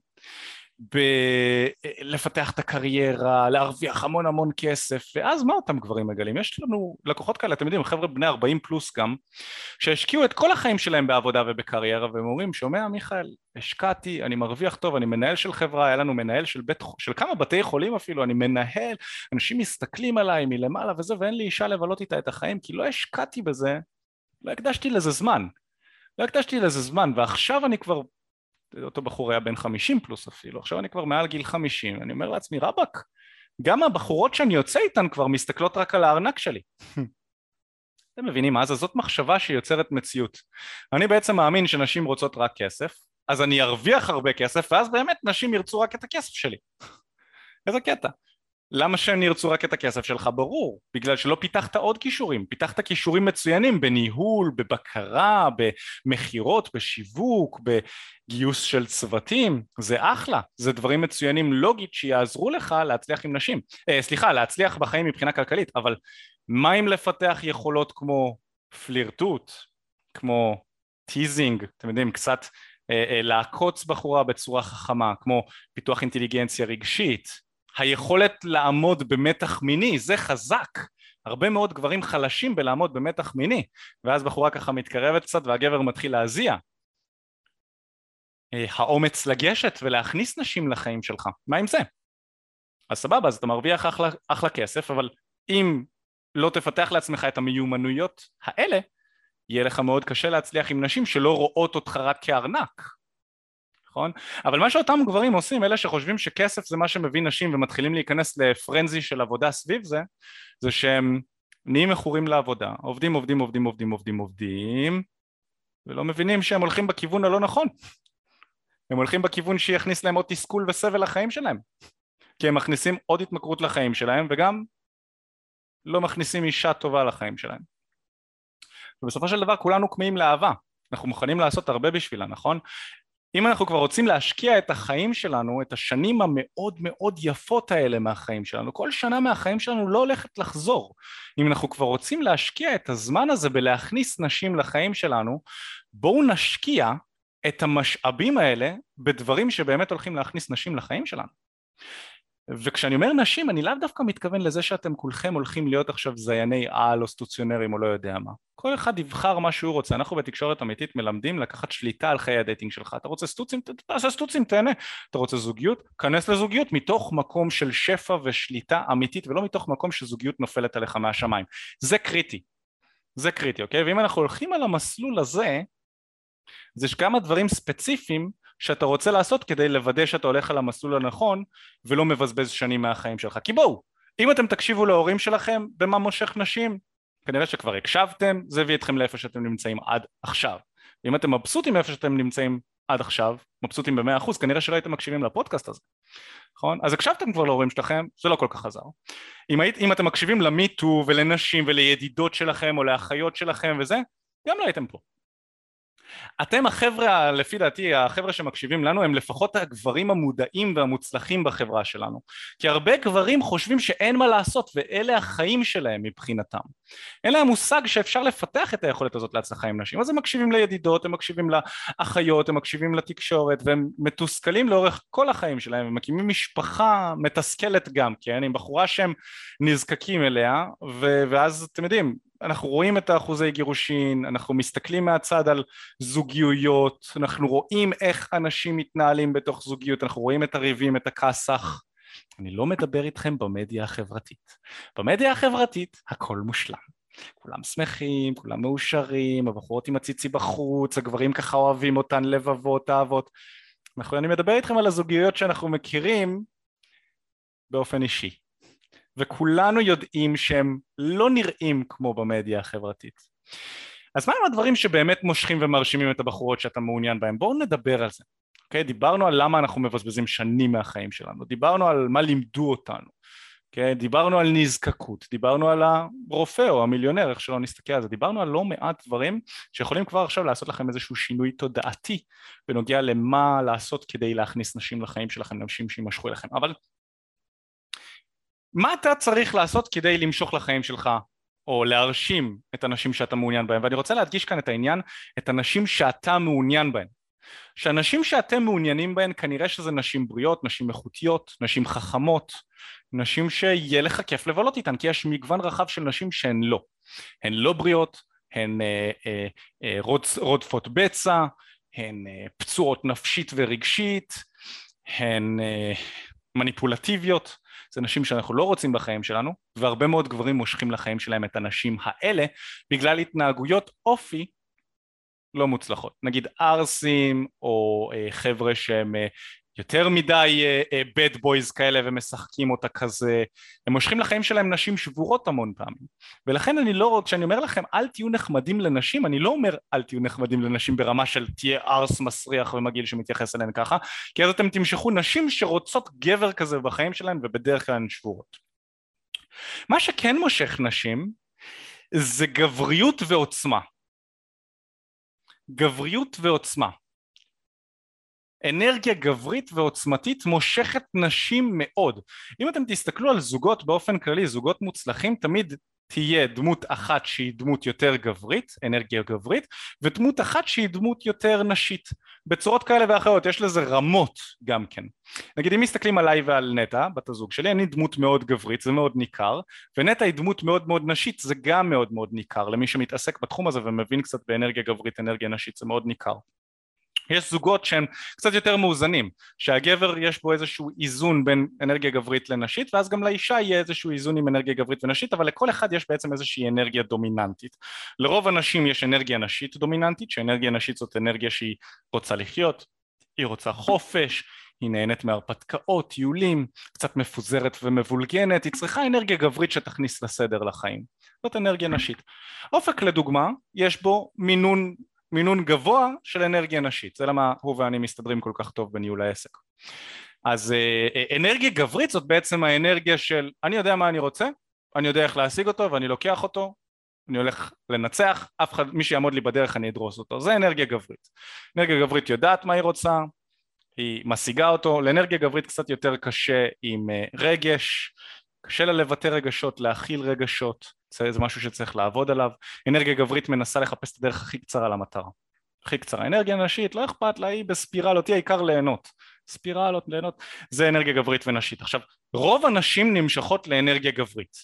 לפתח את הקריירה, להרוויח המון כסף, ואז מה אותם גברים מגלים? יש לנו לקוחות כאלה, אתם יודעים, חבר'ה בני 40 פלוס גם, שהשקיעו את כל החיים שלהם בעבודה ובקריירה, והם אומרים, שומע מיכאל, השקעתי, אני מרוויח טוב, אני מנהל של חברה, היה לנו מנהל של כמה בתי חולים אפילו, אני מנהל, אנשים מסתכלים עליי מלמעלה וזה, ואין לי אישה לבלות איתה את החיים, כי לא השקעתי בזה, לא הקדשתי לזה זמן, ועכשיו אני כבר, אותו בחור היה בן 50 פלוס אפילו, עכשיו אני כבר מעל גיל 50, אני אומר לעצמי, רבק, גם הבחורות שאני יוצא איתן כבר מסתכלות רק על הארנק שלי. אתם מבינים מה? אז זאת מחשבה שיוצרת מציאות. אני בעצם מאמין שנשים רוצות רק כסף, אז אני ארוויח הרבה כסף, ואז באמת נשים ירצו רק את הכסף שלי. איזה קטע. למה שהם ירצו רק את הכסף שלך? ברור, בגלל שלא פיתחת עוד כישורים, פיתחת כישורים מצוינים בניהול, בבקרה, במחירות, בשיווק, בגיוס של צוותים, זה אחלה, זה דברים מצוינים לוגית שיעזרו לך להצליח עם נשים, להצליח בחיים מבחינה כלכלית, אבל מה אם לפתח יכולות כמו פלירטוט, כמו טיזינג, אתם יודעים, קצת לעקוץ בחורה בצורה חכמה, כמו פיתוח אינטליגנציה רגשית, היכולת לעמוד במתח מיני, זה חזק, הרבה מאוד גברים חלשים בלעמוד במתח מיני, ואז בחורה ככה מתקרבת קצת והגבר מתחיל להזיע. האומץ לגשת ולהכניס נשים לחיים שלך, מה עם זה? אז סבבה, אז אתה מרוויח אחלה כסף, אבל אם לא תפתח לעצמך את המיומנויות האלה, יהיה לך מאוד קשה להצליח עם נשים שלא רואות אותך רק כארנק. נכון? אבל מה שאותם גברים עושים, אלה שחושבים שכסף זה מה שמביא נשים ומתחילים להיכנס לפרנזי של עבודה סביב זה, זה שהם נהיים מכורים לעבודה, עובדים ולא מבינים שהם הולכים בכיוון הלא נכון, הם הולכים בכיוון שיכניס להם עוד תסכול וסבל לחיים שלהם, כי הם מכניסים עוד התמכרות לחיים שלהם וגם לא מכניסים אישה טובה לחיים שלהם. ובסופו של דבר כולנו כמהים לאהבה, אנחנו מוכנים לעשות הרבה בשבילה, נכון? אם אנחנו כבר רוצים להשקיע את החיים שלנו, את השנים המאוד מאוד יפות האלה מהחיים שלנו, כל שנה מהחיים שלנו לא הולכת לחזור. אם אנחנו כבר רוצים להשקיע את הזמן הזה בלהכניס נשים לחיים שלנו, בואו נשקיע את המשאבים האלה בדברים שבאמת הולכים להכניס נשים לחיים שלנו. וכשאני אומר נשים, אני לאו דווקא מתכוון לזה שאתם כולכם הולכים להיות עכשיו זייני על או סטוציונרים או לא יודע מה. כל אחד יבחר מה שהוא רוצה, אנחנו בתקשורת אמיתית מלמדים לקחת שליטה על חיי הדייטינג שלך, אתה רוצה סטוצים, תעשה סטוצים, תהנה, אתה רוצה זוגיות, כנס לזוגיות מתוך מקום של שפע ושליטה אמיתית ולא מתוך מקום שזוגיות נופלת עליך מהשמיים, זה קריטי, אוקיי? ואם אנחנו הולכים על המסלול הזה, אז יש כמה דברים ספציפיים שאתה רוצה לעשות כדי לוודא שאתה הולך על המסלול הנכון ולא מבזבז שנים מהחיים שלך, כי בואו, אם אתם תקשיבו להורים שלכם במה מושך נשים, כנראה שכבר הקשבתם, זה הביא אתכם לאיפה שאתם נמצאים עד עכשיו. ואם אתם מבסוטים מאיפה שאתם נמצאים עד עכשיו, מבסוטים ב100%, כנראה שלא הייתם מקשיבים לפודקאסט הזה, נכון? אז הקשבתם כבר להורים שלכם, זה לא כל כך עזר. אם אתם מקשיבים למיטו ולנשים ולידידות שלכם או לאחיות שלכם וזה, גם לא הייתם פה. אתם החבר'ה, לפי דעתי, החבר'ה שמקשיבים לנו הם לפחות הגברים המודעים והמוצלחים בחברה שלנו, כי הרבה גברים חושבים שאין מה לעשות ואלה החיים שלהם מבחינתם, אין להם מושג שאפשר לפתח את היכולת הזאת להצלחה עם נשים, אז הם מקשיבים לידידות, הם מקשיבים לאחיות, הם מקשיבים לתקשורת והם מתוסכלים לאורך כל החיים שלהם, הם מקימים משפחה מתסכלת גם, כן, עם בחורה שהם נזקקים אליה ואז אתם יודעים, אנחנו רואים את האחוזי גירושין, אנחנו מסתכלים מהצד על זוגיות, אנחנו רואים איך אנשים מתנהלים בתוך זוגיות, אנחנו רואים את הריבים, את הכסח. אני לא מדבר איתכם במדיה החברתית. במדיה החברתית הכל מושלם. כולם שמחים, כולם מאושרים, הבחורות עם הציצי בחוץ, הגברים ככה אוהבים אותן, לבבות, אהבות. אני מדבר איתכם על הזוגיות שאנחנו מכירים באופן אישי. וכולנו יודעים שהם לא נראים כמו במדיה החברתית. אז מה הם הדברים שבאמת מושכים ומרשימים את הבחורות שאתה מעוניין בהם? בואו נדבר על זה. אוקיי? דיברנו על למה אנחנו מבזבזים שנים מהחיים שלנו, דיברנו על מה לימדו אותנו, אוקיי? דיברנו על נזקקות, דיברנו על הרופא או המיליונר, איך שלא נסתכל על זה, דיברנו על לא מעט דברים שיכולים כבר עכשיו לעשות לכם איזשהו שינוי תודעתי בנוגע למה לעשות כדי להכניס נשים לחיים שלכם, נשים שימשכו אליכם. אבל מה אתה צריך לעשות כדי למשוך לחיים שלך או להרשים את הנשים שאתה מעוניין בהם? ואני רוצה להדגיש כאן את העניין, את הנשים שאתה מעוניין בהם. שהנשים שאתם מעוניינים בהן כנראה שזה נשים בריאות, נשים איכותיות, נשים חכמות, נשים שיהיה לך כיף לבלות איתן, כי יש מגוון רחב של נשים שהן לא. הן לא בריאות, הן רודפות בצע, הן פצועות נפשית ורגשית, הן מניפולטיביות. זה נשים שאנחנו לא רוצים בחיים שלנו, והרבה מאוד גברים מושכים לחיים שלהם את הנשים האלה בגלל התנהגויות אופי לא מוצלחות. נגיד ארסים או חבר'ה שהם יותר מדי bad boys כאלה ומשחקים אותה כזה, הם מושכים לחיים שלהם נשים שבורות המון פעמים. ולכן אני לא, כשאני אומר לכם אל תהיו נחמדים לנשים, אני לא אומר אל תהיו נחמדים לנשים ברמה של תהיה ארס מסריח ומגעיל שמתייחס אליהן ככה, כי אז אתם תמשכו נשים שרוצות גבר כזה בחיים שלהן ובדרך כלל הן שבורות. מה שכן מושך נשים זה גבריות ועוצמה. גבריות ועוצמה. אנרגיה גברית ועוצמתית מושכת נשים מאוד. אם אתם תסתכלו על זוגות באופן כללי, זוגות מוצלחים, תמיד תהיה דמות אחת שהיא דמות יותר גברית, אנרגיה גברית, ודמות אחת שהיא דמות יותר נשית. בצורות כאלה ואחרות, יש לזה רמות גם כן. נגיד אם מסתכלים עליי ועל נטע, בת הזוג שלי, אני דמות מאוד גברית, זה מאוד ניכר, ונטע היא דמות מאוד מאוד נשית, זה גם מאוד מאוד ניכר, למי שמתעסק בתחום הזה ומבין קצת באנרגיה גברית, אנרגיה נשית, זה מאוד ניכר. יש זוגות שהם קצת יותר מאוזנים, שהגבר יש בו איזשהו איזון בין אנרגיה גברית לנשית, ואז גם לאישה יהיה איזשהו איזון עם אנרגיה גברית ונשית, אבל לכל אחד יש בעצם איזושהי אנרגיה דומיננטית. לרוב הנשים יש אנרגיה נשית דומיננטית, שאנרגיה נשית זאת אנרגיה שהיא רוצה לחיות, היא רוצה חופש, היא נהנית מהרפתקאות, טיולים, קצת מפוזרת ומבולגנת, היא צריכה אנרגיה גברית שתכניס לסדר לחיים. זאת אנרגיה נשית. אופק לדוגמה, יש בו מינון גבוה של אנרגיה נשית, זה למה הוא ואני מסתדרים כל כך טוב בניהול העסק. אז אנרגיה גברית זאת בעצם האנרגיה של אני יודע מה אני רוצה, אני יודע איך להשיג אותו ואני לוקח אותו, אני הולך לנצח, אף אחד, מי שיעמוד לי בדרך אני אדרוס אותו, זה אנרגיה גברית. אנרגיה גברית יודעת מה היא רוצה, היא משיגה אותו. לאנרגיה גברית קצת יותר קשה עם רגש, קשה לה לבטא רגשות, להכיל רגשות, זה משהו שצריך לעבוד עליו. אנרגיה גברית מנסה לחפש את הדרך הכי קצרה למטרה, הכי קצרה. אנרגיה נשית לא אכפת לה, היא בספירלות, היא העיקר ליהנות, ספירלות ליהנות, זה אנרגיה גברית ונשית. עכשיו רוב הנשים נמשכות לאנרגיה גברית,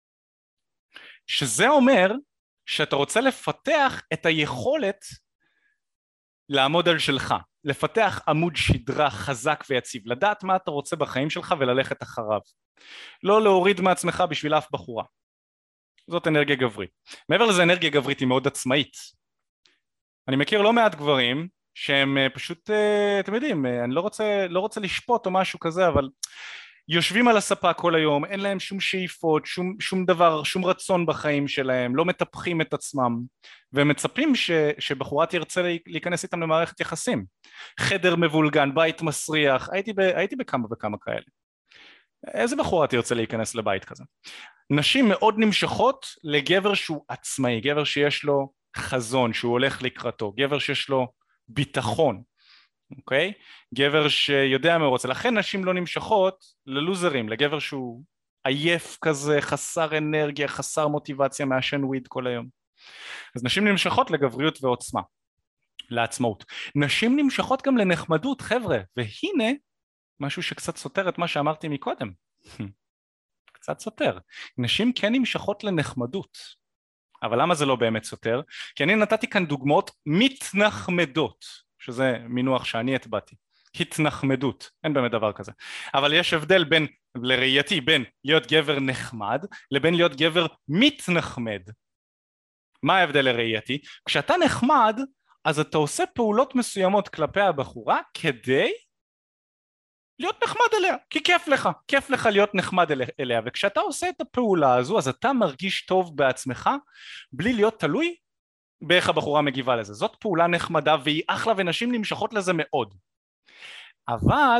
שזה אומר שאתה רוצה לפתח את היכולת לעמוד על שלך, לפתח עמוד שדרה חזק ויציב, לדעת מה אתה רוצה בחיים שלך וללכת אחריו, לא להוריד מעצמך בשביל אף בחורה. זאת אנרגיה גברית. מעבר לזה אנרגיה גברית היא מאוד עצמאית. אני מכיר לא מעט גברים שהם פשוט, אתם יודעים, אני לא רוצה לשפוט או משהו כזה, אבל יושבים על הספה כל היום, אין להם שום שאיפות, שום דבר, שום רצון בחיים שלהם, לא מטפחים את עצמם, והם מצפים שבחורה תרצה להיכנס איתם למערכת יחסים. חדר מבולגן, בית מסריח, הייתי בכמה וכמה כאלה. איזה בחורה תרצה להיכנס לבית כזה? נשים מאוד נמשכות לגבר שהוא עצמאי, גבר שיש לו חזון, שהוא הולך לקראתו, גבר שיש לו ביטחון, אוקיי? גבר שיודע מה הוא רוצה. לכן נשים לא נמשכות ללוזרים, לגבר שהוא עייף כזה, חסר אנרגיה, חסר מוטיבציה, מעשן וויד כל היום. אז נשים נמשכות לגבריות ועוצמה, לעצמאות. נשים נמשכות גם לנחמדות, חבר'ה, והנה משהו שקצת סותר את מה שאמרתי מקודם. קצת סותר. נשים כן נמשכות לנחמדות. אבל למה זה לא באמת סותר? כי אני נתתי כאן דוגמאות מתנחמדות, שזה מינוח שאני הטבעתי, התנחמדות, אין באמת דבר כזה, אבל יש הבדל בין, לראייתי, בין להיות גבר נחמד לבין להיות גבר מתנחמד. מה ההבדל לראייתי? כשאתה נחמד אז אתה עושה פעולות מסוימות כלפי הבחורה כדי להיות נחמד אליה, כי כיף לך להיות נחמד אליה, וכשאתה עושה את הפעולה הזו אז אתה מרגיש טוב בעצמך בלי להיות תלוי באיך הבחורה מגיבה לזה. זאת פעולה נחמדה והיא אחלה ונשים נמשכות לזה מאוד. אבל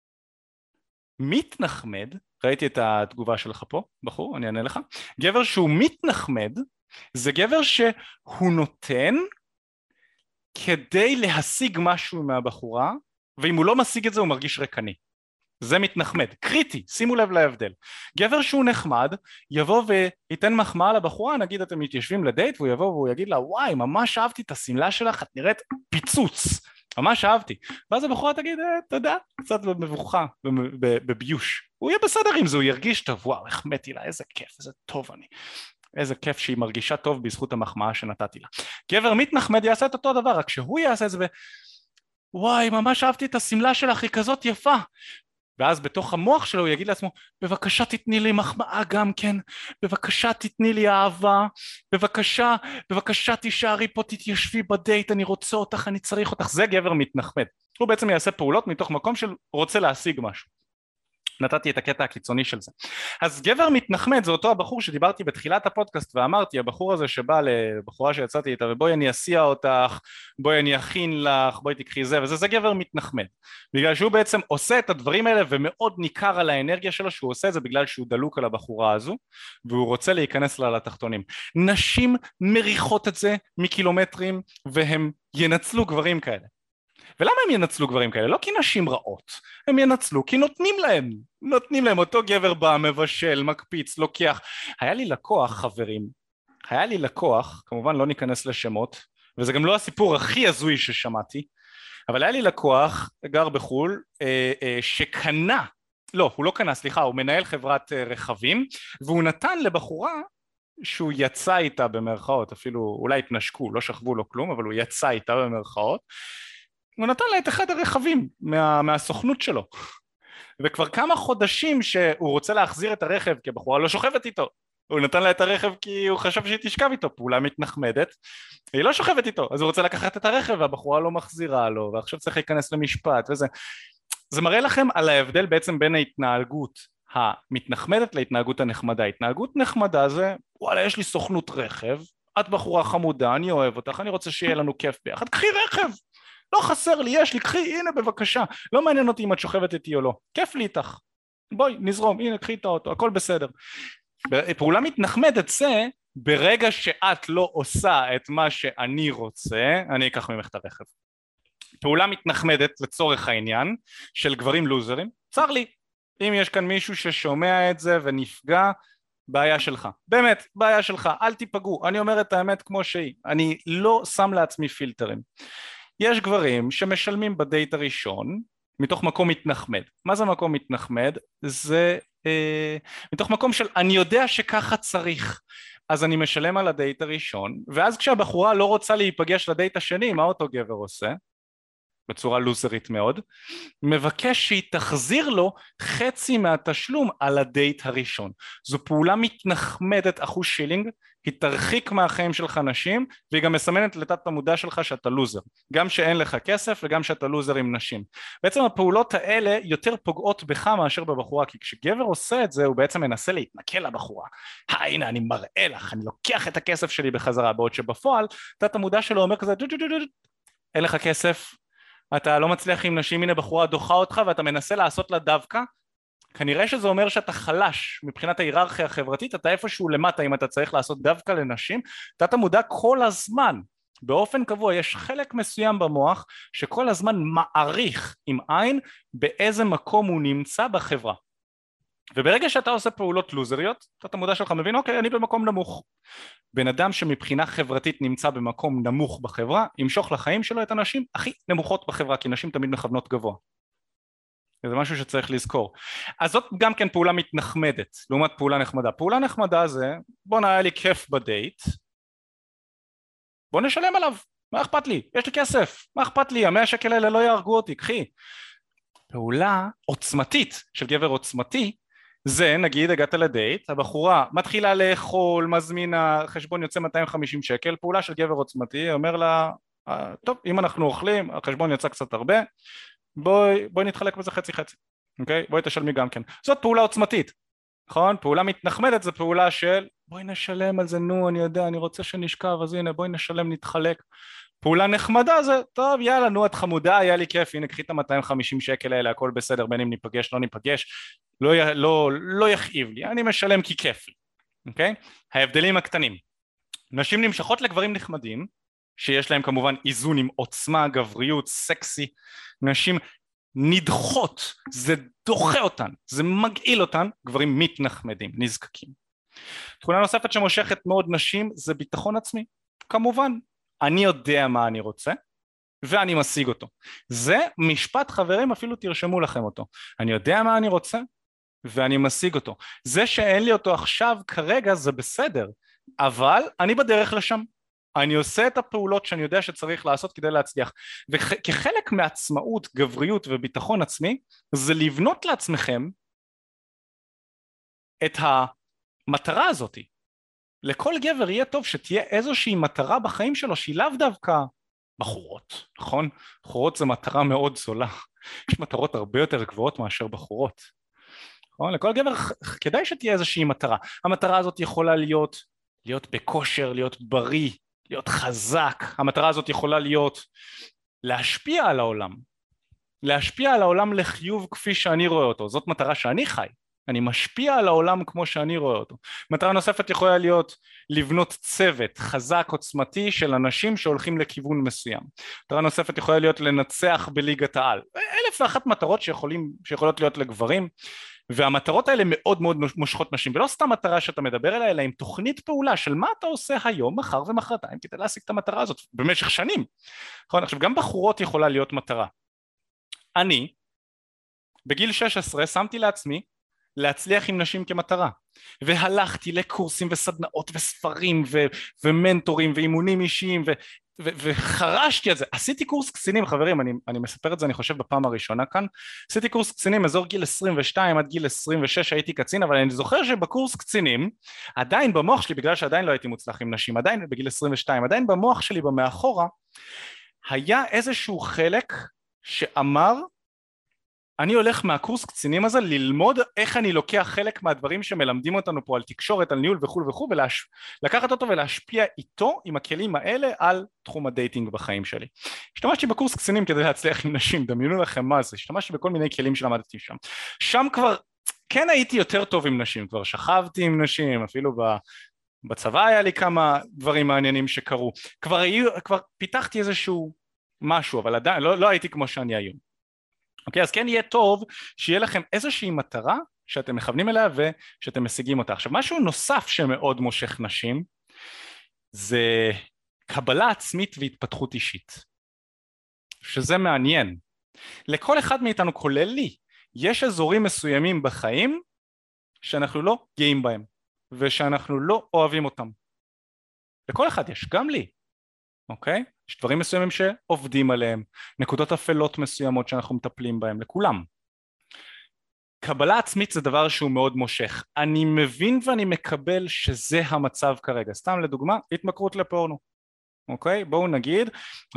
מתנחמד, ראיתי את התגובה שלך פה בחור, אני אענה לך, גבר שהוא מתנחמד זה גבר שהוא נותן כדי להשיג משהו מהבחורה, ואם הוא לא משיג את זה הוא מרגיש ריקני. זה מתנחמד, קריטי, שימו לב להבדל. גבר שהוא נחמד יבוא וייתן מחמאה לבחורה, נגיד אתם מתיישבים לדייט והוא יבוא והוא יגיד לה וואי ממש אהבתי את השמלה שלך, את נראית פיצוץ, ממש אהבתי, ואז הבחורה תגיד תודה, קצת במבוכה, בביוש, הוא יהיה בסדר עם זה, הוא ירגיש טוב, וואו החמאתי לה, איזה כיף, איזה טוב אני, איזה כיף שהיא מרגישה טוב בזכות המחמאה שנתתי לה. גבר מתנחמד יעשה את אותו דבר, רק שהוא יעשה את זה וואי ממש אהבתי את השמלה שלך, היא כזאת יפה, ואז בתוך המוח שלו הוא יגיד לעצמו בבקשה תתני לי מחמאה גם כן, בבקשה תתני לי אהבה, בבקשה תישארי פה, תתיישבי בדייט, אני רוצה אותך, אני צריך אותך. זה גבר מתנחמד, הוא בעצם יעשה פעולות מתוך מקום של רוצה להשיג משהו. נתתי את הקטע הקיצוני של זה. אז גבר מתנחמד זה אותו הבחור שדיברתי בתחילת הפודקאסט ואמרתי, הבחור הזה שבא לבחורה שיצאתי איתה ובואי אני אסיע אותך, בואי אני אכין לך, בואי תקחי זה וזה, זה גבר מתנחמד, בגלל שהוא בעצם עושה את הדברים האלה ומאוד ניכר על האנרגיה שלו שהוא עושה את זה בגלל שהוא דלוק על הבחורה הזו והוא רוצה להיכנס לה לתחתונים. נשים מריחות את זה מקילומטרים והם ינצלו גברים כאלה. ולמה הם ינצלו גברים כאלה? לא כי נשים רעות, הם ינצלו כי נותנים להם, אותו גבר בא, מבשל, מקפיץ, לוקח. היה לי לקוח, חברים, כמובן לא ניכנס לשמות, וזה גם לא הסיפור הכי הזוי ששמעתי, אבל היה לי לקוח, גר בחול, שקנה, לא, הוא לא קנה, סליחה, הוא מנהל חברת רכבים, והוא נתן לבחורה שהוא יצא איתה במרכאות, אפילו אולי התנשקו, לא שכבו לו כלום, אבל הוא יצא איתה במרכאות, הוא נתן לה את אחד הרכבים מהסוכנות שלו, וכבר כמה חודשים שהוא רוצה להחזיר את הרכב כי הבחורה לא שוכבת איתו, הוא נתן לה את הרכב כי הוא חשב שהיא תשכב איתו, פעולה מתנחמדת, היא לא שוכבת איתו, אז הוא רוצה לקחת את הרכב והבחורה לא מחזירה לו, ועכשיו צריך להיכנס למשפט וזה. זה מראה לכם על ההבדל בעצם בין ההתנהגות המתנחמדת להתנהגות הנחמדה. התנהגות נחמדה זה וואלה יש לי סוכנות רכב, את בחורה חמודה, אני אוהב אותך, אני רוצה שיהיה לנו כיף ביחד, קחי רכב, לא חסר לי, יש לי, קחי, הנה בבקשה, לא מעניין אותי אם את שוכבת איתי או לא, כיף לי איתך, בואי נזרום, הנה קחי את האוטו, הכל בסדר. פעולה מתנחמדת זה ברגע שאת לא עושה את מה שאני רוצה, אני אקח ממך את הרכב. פעולה מתנחמדת לצורך העניין של גברים לוזרים, צר לי, אם יש כאן מישהו ששומע את זה ונפגע, בעיה שלך, באמת בעיה שלך, אל תיפגעו, אני אומר את האמת כמו שהיא, אני לא שם לעצמי פילטרים. יש גברים שמשלמים בדייט הראשון מתוך מקום מתנחמד. מה זה מקום מתנחמד? זה מתוך מקום של אני יודע שככה צריך, אז אני משלם על הדייט הראשון, ואז כשהבחורה לא רוצה להיפגש לדייט השני, מה אותו גבר עושה? בצורה לוזרית מאוד, מבקש שהיא תחזיר לו חצי מהתשלום על הדייט הראשון. זו פעולה מתנחמדת אחוז שילינג, היא תרחיק מהחיים שלך נשים, והיא גם מסמנת לתת המודע שלך שאתה לוזר, גם שאין לך כסף וגם שאתה לוזר עם נשים. בעצם הפעולות האלה יותר פוגעות בך מאשר בבחורה, כי כשגבר עושה את זה הוא בעצם מנסה להתנכל לבחורה, הנה אני מראה לך, אני לוקח את הכסף שלי בחזרה, בעוד שבפועל תת המודע שלו אומר כזה אין לך כסף, אתה לא מצליח עם נשים, הנה בחורה דוחה אותך ואתה מנסה לעשות לה דווקא, כנראה שזה אומר שאתה חלש מבחינת ההיררכיה החברתית, אתה איפשהו למטה אם אתה צריך לעשות דווקא לנשים, אתה מודע כל הזמן, באופן קבוע יש חלק מסוים במוח שכל הזמן מעריך עם עין באיזה מקום הוא נמצא בחברה, וברגע שאתה עושה פעולות לוזריות, אתה מודע שלך מבין אוקיי אני במקום נמוך, בן אדם שמבחינה חברתית נמצא במקום נמוך בחברה, ימשוך לחיים שלו את הנשים הכי נמוכות בחברה, כי נשים תמיד מכוונות גבוה, זה משהו שצריך לזכור. אז זאת גם כן פעולה מתנחמדת לעומת פעולה נחמדה. פעולה נחמדה זה בוא נהיה לי כיף בדייט, בוא נשלם עליו, מה אכפת לי? יש לי כסף, מה אכפת לי? 100 שקל האלה לא יהרגו אותי, קחי. פעולה עוצמתית של גבר עוצמתי, זה נגיד הגעת לדייט, הבחורה מתחילה לאכול, מזמינה, חשבון יוצא 250 שקל, פעולה של גבר עוצמתי, אומר לה, טוב, אם אנחנו אוכלים, החשבון יצא קצת הרבה, בואי נתחלק בזה חצי חצי, אוקיי? בואי תשלמי גם כן. זאת פעולה עוצמתית, נכון? פעולה מתנחמדת זה פעולה של בואי נשלם על זה, נו אני יודע, אני רוצה שנשכב, אז הנה בואי נשלם, נתחלק. פעולה נחמדה זה, טוב יאללה נו את חמודה, היה לי כיף, הנה קחי את ה-250 שקל האלה, הכל בסדר, בין אם ניפגש לא ניפגש, לא יכאיב לי, אני משלם כי כיף לי, אוקיי? ההבדלים הקטנים, נשים נמשכות לגברים נחמדים, שיש להם כמובן איזון עם עוצמה, גבריות, סקסי, נשים נדחות, זה דוחה אותן, זה מגעיל אותן, גברים מתנחמדים, נזקקים. תכונה נוספת שמושכת מאוד נשים זה ביטחון עצמי, כמובן, אני יודע מה אני רוצה ואני משיג אותו, זה משפט חברים, אפילו תרשמו לכם אותו, אני יודע מה אני רוצה ואני משיג אותו, זה שאין לי אותו עכשיו כרגע זה בסדר, אבל אני בדרך לשם, אני עושה את הפעולות שאני יודע שצריך לעשות כדי להצליח, וכחלק מעצמאות, גבריות וביטחון עצמי זה לבנות לעצמכם את המטרה הזאת. לכל גבר יהיה טוב שתהיה איזושהי מטרה בחיים שלו שהיא לאו דווקא בחורות, נכון? בחורות זה מטרה מאוד זולה, יש מטרות הרבה יותר גבוהות מאשר בחורות, נכון? לכל גבר כדאי שתהיה איזושהי מטרה, המטרה הזאת יכולה להיות בכושר, להיות בריא, להיות חזק, המטרה הזאת יכולה להיות להשפיע על העולם, להשפיע על העולם לחיוב כפי שאני רואה אותו, זאת מטרה שאני חי, אני משפיע על העולם כמו שאני רואה אותו. מטרה נוספת יכולה להיות לבנות צוות חזק עוצמתי של אנשים שהולכים לכיוון מסוים. מטרה נוספת יכולה להיות לנצח בליגת העל. 1,001 מטרות שיכולות להיות לגברים, והמטרות האלה מאוד מאוד מושכות נשים, ולא סתם מטרה שאתה מדבר עליה, אלא עם תוכנית פעולה של מה אתה עושה היום, מחר ומחרתיים, כדי להשיג את המטרה הזאת במשך שנים. עכשיו גם בחורות יכולה להיות מטרה. אני בגיל 16 שמתי לעצמי להצליח עם נשים כמטרה, והלכתי לקורסים וסדנאות וספרים ומנטורים ואימונים אישיים וחרשתי על זה, עשיתי קורס קצינים חברים, אני מספר את זה אני חושב בפעם הראשונה כאן, עשיתי קורס קצינים אזור גיל 22 עד גיל 26 הייתי קצין, אבל אני זוכר שבקורס קצינים עדיין במוח שלי, בגלל שעדיין לא הייתי מוצלח עם נשים, עדיין בגיל 22, עדיין במוח שלי במאחורה היה איזשהו חלק שאמר אני הולך מהקורס קצינים הזה ללמוד איך אני לוקח חלק מהדברים שמלמדים אותנו פה על תקשורת, על ניהול וכו' וכו', ולקחת אותו ולהשפיע איתו עם הכלים האלה על תחום הדייטינג בחיים שלי. השתמשתי בקורס קצינים כדי להצליח עם נשים, דמיינו לכם מה זה, השתמשתי בכל מיני כלים שלמדתי שם. שם כבר כן הייתי יותר טוב עם נשים, כבר שכבתי עם נשים, אפילו בצבא היה לי כמה דברים מעניינים שקרו, כבר פיתחתי איזשהו משהו, אבל עדיין לא הייתי כמו שאני היום. אוקיי, אז כן יהיה טוב שיהיה לכם איזושהי מטרה שאתם מכוונים אליה ושאתם משיגים אותה. עכשיו משהו נוסף שמאוד מושך נשים זה קבלה עצמית והתפתחות אישית, שזה מעניין. לכל אחד מאיתנו כולל לי יש אזורים מסוימים בחיים שאנחנו לא גאים בהם ושאנחנו לא אוהבים אותם. לכל אחד יש, גם לי, אוקיי? יש דברים מסוימים שעובדים עליהם, נקודות אפלות מסוימות שאנחנו מטפלים בהם, לכולם. קבלה עצמית זה דבר שהוא מאוד מושך, אני מבין ואני מקבל שזה המצב כרגע, סתם לדוגמה, התמכרות לפורנו, אוקיי? בואו נגיד,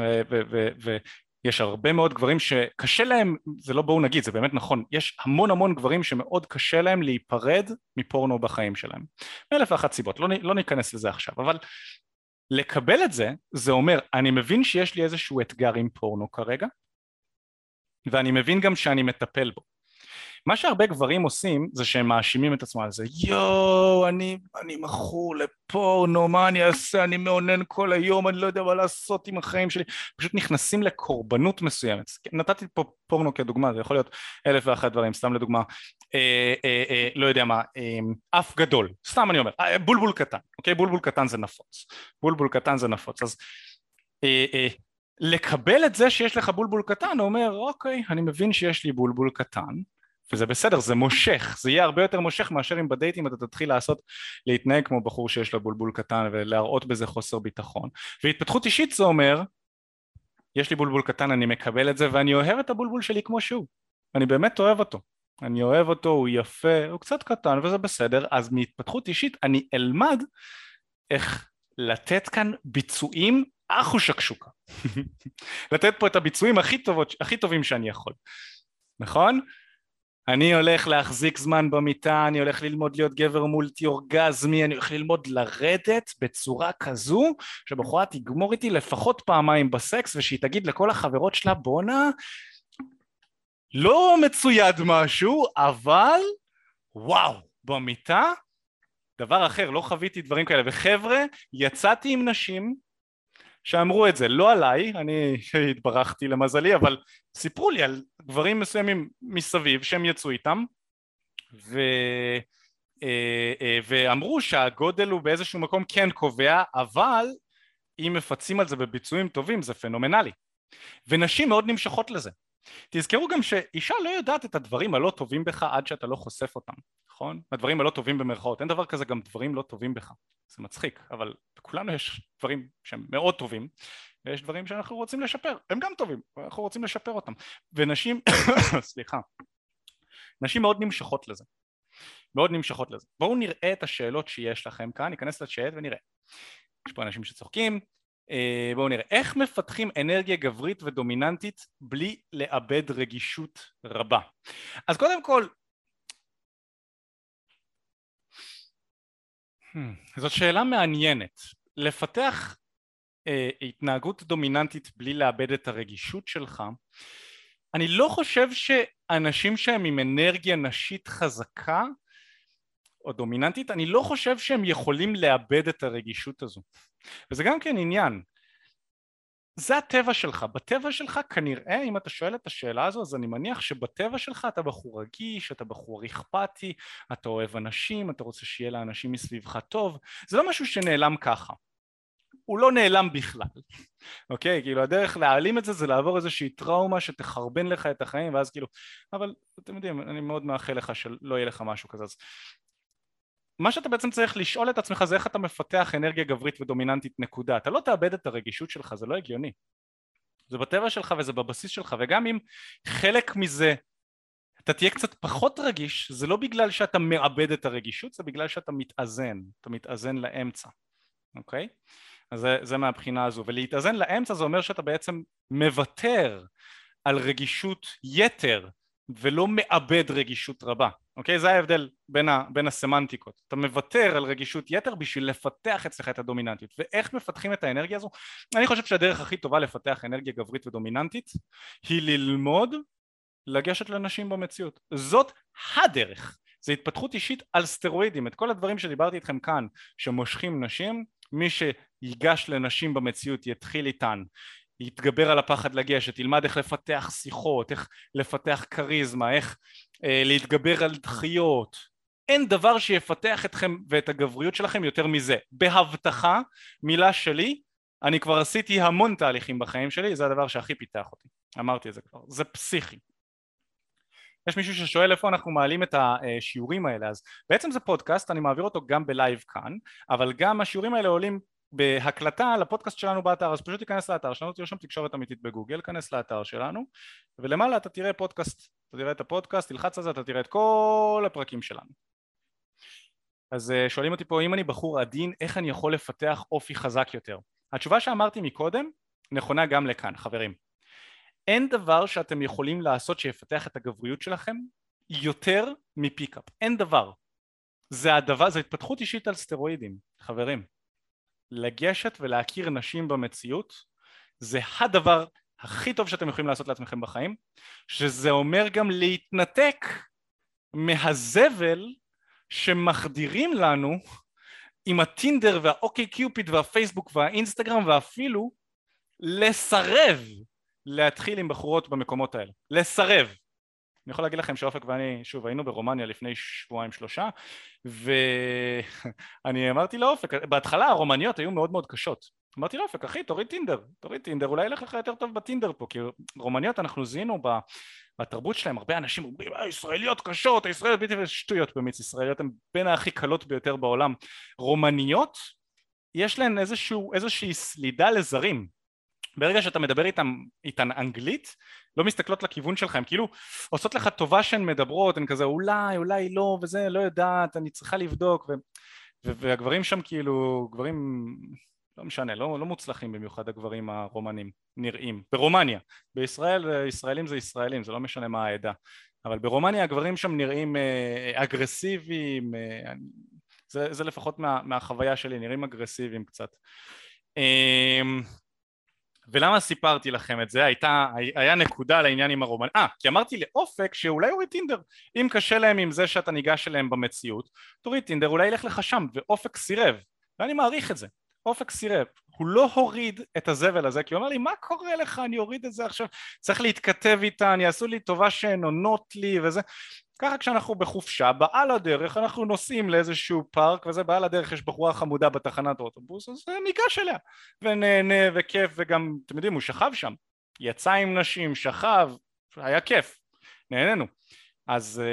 ויש הרבה מאוד גברים שקשה להם, זה לא בואו נגיד, זה באמת נכון, יש המון גברים שמאוד קשה להם להיפרד מפורנו בחיים שלהם, 1,001 סיבות, לא ניכנס לזה עכשיו, אבל לקבל את זה, זה אומר, אני מבין שיש לי איזשהו אתגר עם פורנו כרגע, ואני מבין גם שאני מטפל בו. מה שהרבה גברים עושים, זה שהם מאשימים את עצמם על זה, יואו, אני מכור לפורנו, מה אני אעשה, אני מעונן כל היום, אני לא יודע מה לעשות עם החיים שלי, פשוט נכנסים לקורבנות מסוימת. נתתי פה פורנו כדוגמה, זה יכול להיות 1,001 דברים, סתם לדוגמה, לא יודע מה, אף גדול, סתם אני אומר, בולבול קטן, אוקיי? בולבול קטן זה נפוץ, בולבול קטן זה נפוץ, אז לקבל את זה שיש לך בולבול קטן, הוא אומר, אוקיי, אני מבין שיש לי בולבול קטן, וזה בסדר, זה מושך, זה יהיה הרבה יותר מושך מאשר אם בדייטים אתה תתחיל להתנהג כמו בחור שיש לו בולבול קטן ולהראות בזה חוסר ביטחון. והתפתחות אישית זה אומר, יש לי בולבול קטן, אני מקבל את זה ואני אוהב את הבולבול שלי כמו שהוא, אני באמת אוהב אותו, אני אוהב אותו, הוא יפה, הוא קצת קטן וזה בסדר. אז מהתפתחות אישית אני אלמד איך לתת כאן ביצועים אחו שקשוקה לתת פה את הביצועים הכי טובים שאני יכול, נכון? אני הולך להחזיק זמן במיטה, אני הולך ללמוד להיות גבר מולטי אורגזמי, אני הולך ללמוד לרדת בצורה כזו שבחורה תגמור איתי לפחות פעמיים בסקס ושהיא תגיד לכל החברות שלה בונה לא מצויד משהו אבל וואו במיטה דבר אחר, לא חוויתי דברים כאלה. וחבר'ה, יצאתי עם נשים שאמרו את זה, לא עליי, אני התברכתי למזלי, אבל סיפרו לי על דברים מסוימים מסביב שהם יצאו איתם ואמרו שהגודל הוא באיזשהו מקום כן קובע, אבל אם מפצים על זה בביצועים טובים זה פנומנלי, ונשים מאוד נמשכות לזה. תזכרו גם שאישה לא יודעת את הדברים הלא טובים בך עד שאתה לא חושף אותם, נכון? הדברים הלא טובים במרכאות, אין דבר כזה גם דברים לא טובים בך, זה מצחיק, אבל בכולנו יש דברים שהם מאוד טובים ויש דברים שאנחנו רוצים לשפר, הם גם טובים, אנחנו רוצים לשפר אותם, ונשים, סליחה, נשים מאוד נמשכות לזה, מאוד נמשכות לזה. בואו נראה את השאלות שיש לכם כאן, ניכנס לצ'אט ונראה, יש פה אנשים שצוחקים. בואו נראה, איך מפתחים אנרגיה גברית ודומיננטית בלי לאבד רגישות רבה? אז קודם כל, זאת שאלה מעניינת. לפתח התנהגות דומיננטית בלי לאבד את הרגישות שלך, אני לא חושב שאנשים שהם עם אנרגיה נשית חזקה או דומיננטית, אני לא חושב שהם יכולים לאבד את הרגישות הזו. וזה גם כן עניין, זה הטבע שלך, בטבע שלך כנראה, אם אתה שואל את השאלה הזו, אז אני מניח שבטבע שלך אתה בחור רגיש, אתה בחור אכפתי, אתה אוהב אנשים, אתה רוצה שיהיה לאנשים מסביבך טוב, זה לא משהו שנעלם ככה, הוא לא נעלם בכלל, אוקיי? כאילו הדרך להעלים את זה זה לעבור איזושהי טראומה שתחרבן לך את החיים, ואז כאילו, אבל אתם יודעים, אני מאוד מאחל לך שלא יהיה לך משהו כזה. אז מה שאתה בעצם צריך לשאול את עצמך זה איך אתה מפתח אנרגיה גברית ודומיננטית נקודה. אתה לא תאבד את הרגישות שלך, זה לא הגיוני, זה בטבע שלך וזה בבסיס שלך, וגם אם חלק מזה אתה תהיה קצת פחות רגיש, זה לא בגלל שאתה מאבד את הרגישות, זה בגלל שאתה מתאזן, אתה מתאזן לאמצע, אוקיי? אז זה מהבחינה הזו, ולהתאזן לאמצע זה אומר שאתה בעצם מוותר על רגישות יתר ולא מאבד רגישות רבה, אוקיי? זה ההבדל בין הסמנטיקות, אתה מוותר על רגישות יתר בשביל לפתח אצלך את הדומיננטיות. ואיך מפתחים את האנרגיה הזו? אני חושב שהדרך הכי טובה לפתח אנרגיה גברית ודומיננטית היא ללמוד לגשת לנשים במציאות, זאת הדרך, זה התפתחות אישית על סטרואידים. את כל הדברים שדיברתי איתכם כאן שמושכים נשים, מי שיגש לנשים במציאות יתחיל איתן, יתגבר על הפחד לגשת, ילמד איך לפתח שיחות, איך לפתח קריזמה, איך להתגבר על דחיות. אין דבר שיפתח אתכם ואת הגבריות שלכם יותר מזה. בהבטחה, מילה שלי, אני כבר עשיתי המון תהליכים בחיים שלי, זה הדבר שהכי פיתח אותי, אמרתי את זה כבר, זה פסיכי. יש מישהו ששואל איפה אנחנו מעלים את השיעורים האלה, אז בעצם זה פודקאסט, אני מעביר אותו גם בלייב כאן, אבל גם השיעורים האלה עולים בהקלטה לפודקאסט שלנו באתר, אז פשוט תיכנס לאתר שלנו, תרשום תקשורת אמיתית בגוגל, כנס לאתר שלנו, ולמעלה אתה תראה פודקאסט, אתה תראה את הפודקאסט, תלחץ על זה, אתה תראה את כל הפרקים שלנו. אז שואלים אותי פה, אם אני בחור עדין, איך אני יכול לפתח אופי חזק יותר? התשובה שאמרתי מקודם נכונה גם לכאן, חברים. אין דבר שאתם יכולים לעשות שיפתח את הגבריות שלכם יותר מפיקאפ, אין דבר. זה התפתחות אישית על סטרואידים, חברים. לגשת ולהכיר נשים במציאות זה הדבר הכי טוב שאתם יכולים לעשות לעצמכם בחיים, שזה אומר גם להתנתק מהזבל שמחדירים לנו עם הטינדר והאוקיי קיופיד והפייסבוק והאינסטגרם, ואפילו לסרב להתחיל עם בחורות במקומות האלה, לסרב. אני יכול להגיד לכם שאופק ואני, שוב, היינו ברומניה לפני 2-3, ואני אמרתי לאופק, בהתחלה הרומניות היו מאוד מאוד קשות, אמרתי לו, אופק, אחי, תוריד טינדר, אולי ילך לך יותר טוב בטינדר פה, כי רומניות אנחנו זיהינו בתרבות שלהם, הרבה אנשים אומרים, ישראליות קשות, הישראליות בלתי שטויות במיץ, ישראליות הן בין הכי קלות ביותר בעולם. רומניות, יש להן איזושהי סלידה לזרים. ברגע שאתה מדבר איתן אנגלית, לא מסתכלות לכיוון שלך, הן כאילו עושות לך טובה שהן מדברות, הן כזה אולי לא, וזה לא יודעת, אני צריכה לבדוק, והגברים שם כאילו, גברים, לא משנה, לא מוצלחים במיוחד הגברים הרומנים, נראים, ברומניה, בישראל, ישראלים זה ישראלים, זה לא משנה מה העדה, אבל ברומניה הגברים שם נראים אגרסיביים, זה לפחות מהחוויה שלי, נראים אגרסיביים קצת. ולמה סיפרתי לכם את זה? היה נקודה לעניין עם הרומנים, כי אמרתי לאופק שאולי יוריד טינדר, אם קשה להם עם זה שאתה ניגש אליהם במציאות, תוריד טינדר, אולי ילך לך שם, ואופק סירב, ואני מעריך את זה, אופק סירב, הוא לא הוריד את הזבל הזה, כי הוא אומר לי, מה קורה לך, אני אוריד את זה עכשיו, צריך להתכתב איתן, יעשו לי טובה שהן עונות לי וזה, ככה כשאנחנו בחופשה, בעל הדרך אנחנו נוסעים לאיזשהו פארק וזה, בעל הדרך יש בחורה חמודה בתחנת אוטובוס, אז ניגש אליה ונהנה וכיף, וגם אתם יודעים הוא שכב שם, יצא עם נשים, שכב, היה כיף, נהנינו, אז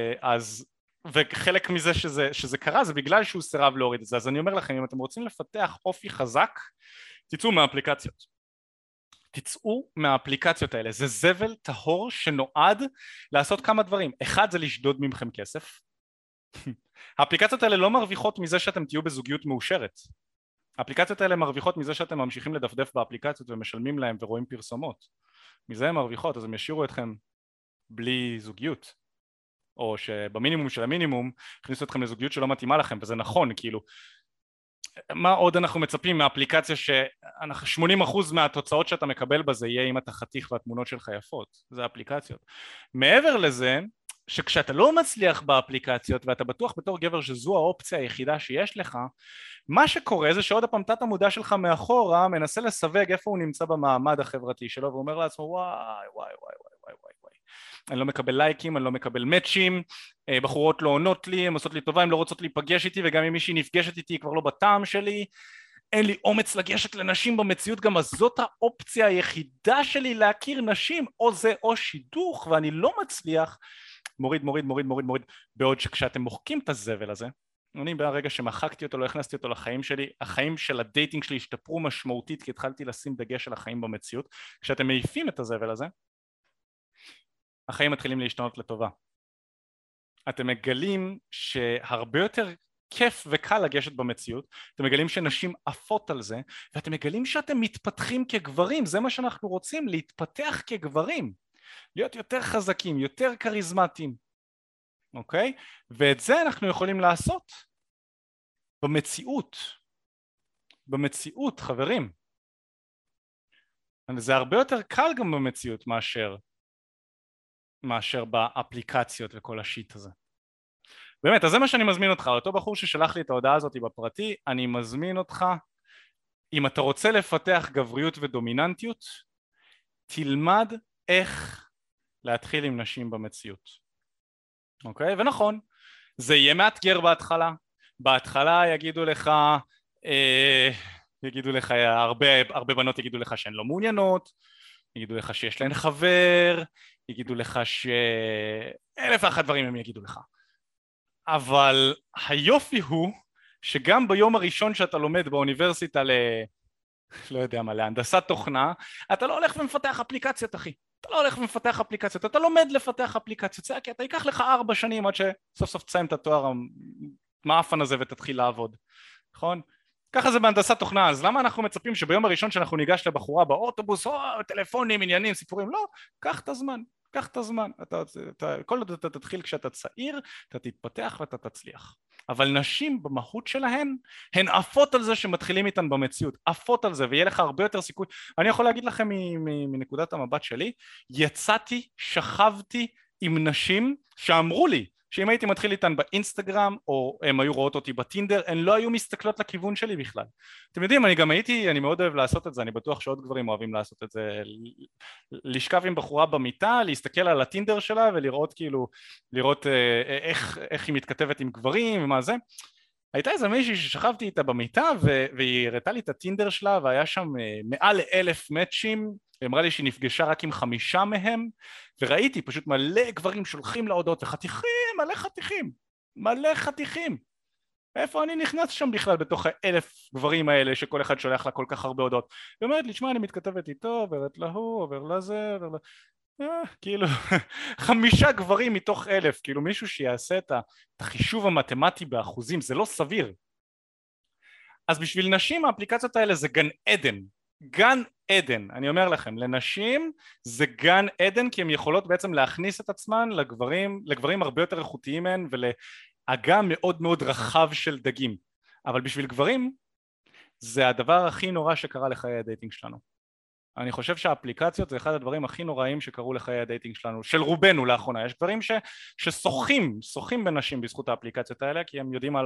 וחלק מזה שזה קרה זה בגלל שהוא סירב להוריד את זה. אז אני אומר לכם, אם אתם רוצים לפתח אופי חזק, תצאו מהאפליקציות, תצאו מהאפליקציות האלה, זה זבל טהור שנועד לעשות כמה דברים. אחד זה לשדוד ממכם כסף, האפליקציות האלה לא מרוויחות מזה שאתם תהיו בזוגיות מאושרת, האפליקציות האלה מרוויחות מזה שאתם ממשיכים לדפדף באפליקציות ומשלמים להם ורואים פרסומות, מזה הן מרוויחות, אז הם ישאירו אתכם בלי זוגיות, או שבמינימום של המינימום הכניסו אתכם לזוגיות שלא מתאימה לכם, וזה נכון, כאילו מה עוד אנחנו מצפים מהאפליקציה ש80% מהתוצאות שאתה מקבל בזה יהיה אם אתה חתיך והתמונות שלך יפות, זה אפליקציות. מעבר לזה שכשאתה לא מצליח באפליקציות ואתה בטוח בתור גבר שזו האופציה היחידה שיש לך, מה שקורה זה שעוד הפעם תת המודע שלך מאחורה מנסה לסווג איפה הוא נמצא במעמד החברתי שלו, והוא אומר לעצמו וואי אני לא מקבל לייקים, אני לא מקבל מאצ'ים, בחורות לא עונות לי, הן עושות לי טובה, הן לא רוצות להיפגש איתי, וגם אם מישהי נפגשת איתי היא כבר לא בטעם שלי, אין לי אומץ לגשת לנשים במציאות, גם אז זאת האופציה היחידה שלי להכיר נשים, או זה או שידוך, ואני לא מצליח, מוריד, בעוד שכשאתם מוחקים את הזבל הזה, אני ברגע שמחקתי אותו, לא הכנסתי אותו לחיים שלי, החיים של הדייטינג שלי השתפרו משמעותית, כי התחלתי לשים דגש על החיים במציאות, כשאתם מעיפים את הזבל הזה, החיים מתחילים להשתנות לטובה. אתם מגלים שהרבה יותר כיף וקל לגשת במציאות, אתם מגלים שנשים עפות על זה, ואתם מגלים שאתם מתפתחים כגברים, זה מה שאנחנו רוצים, להתפתח כגברים, להיות יותר חזקים, יותר כריזמטיים, אוקיי? ואת זה אנחנו יכולים לעשות במציאות, חברים. זה הרבה יותר קל גם במציאות מאשר באפליקציות וכל השיט הזה. באמת, אז זה מה שאני מזמין אותך, אותו בחור ששלח לי את ההודעה הזאת בפרטי, אני מזמין אותך, אם אתה רוצה לפתח גבריות ודומיננטיות, תלמד איך להתחיל עם נשים במציאות. אוקיי? ונכון, זה יהיה מאתגר בהתחלה יגידו לך, הרבה בנות יגידו לך שהן לא מעוניינות, יגידו לך שיש להן חבר, יגידו לך שאלף ואחת דברים הם יגידו לך, אבל היופי הוא שגם ביום הראשון שאתה לומד באוניברסיטה לא יודע מה, להנדסת תוכנה, אתה לא הולך ומפתח אפליקציות, אחי, אתה לומד לפתח אפליקציות, כי אתה ייקח לך 4 שנים עד שסוף סוף תסיים את התואר המאפן הזה ותתחיל לעבוד, נכון? ככה זה בהנדסת תוכנה, אז למה אנחנו מצפים שביום הראשון שאנחנו ניגש לבחורה באוטובוס, טלפונים, עניינים, סיפורים, לא, קח את הזמן, כל עוד אתה תתחיל כשאתה צעיר, אתה תתפתח ואתה תצליח. אבל נשים במהות שלהן, הן עפות על זה שמתחילים איתן במציאות, עפות על זה, ויהיה לך הרבה יותר סיכוי. אני יכול להגיד לכם מנקודת המבט שלי, שכבתי עם נשים שאמרו לי, שאם הייתי מתחיל איתן באינסטגרם או הם היו רואות אותי בטינדר, הן לא היו מסתכלות לכיוון שלי בכלל. אתם יודעים, אני מאוד אוהב לעשות את זה, אני בטוח שעוד גברים אוהבים לעשות את זה, לשכב עם בחורה במיטה, להסתכל על הטינדר שלה ולראות לראות איך היא מתכתבת עם גברים ומה זה. הייתה איזה מישהי ששכבתי איתה במיטה והיא הראתה לי את הטינדר שלה והיה שם מעל 1,000 מאצ'ים, היא אמרה לי שהיא נפגשה רק עם 5 מהם, וראיתי פשוט מלא גברים שולחים לה הודעות וחתיכים, מלא חתיכים. איפה אני נכנס שם בכלל בתוך 1,000 גברים האלה שכל אחד שולח לה כל כך הרבה הודעות? היא אומרת לי, שמע, אני מתכתבת איתו, עוברת להוא, עובר לזה, עובר כאילו 5 גברים מתוך 1,000, כאילו מישהו שיעשה את החישוב המתמטי באחוזים, זה לא סביר. אז בשביל נשים האפליקציות האלה זה גן עדן, גן עדן, אני אומר לכם, לנשים זה גן עדן, כי הן יכולות בעצם להכניס את עצמן לגברים הרבה יותר איכותיים מהן ולאגם מאוד מאוד רחב של דגים. אבל בשביל גברים זה הדבר הכי נורא שקרה לחיי הדייטינג שלנו. אני חושב שהאפליקציות זה אחד הדברים הכי נוראים שקרו לחיי הדייטינג שלנו, של רובנו לאחרונה. יש גברים ששוחים בנשים בזכות האפליקציות האלה, כי הם יודעים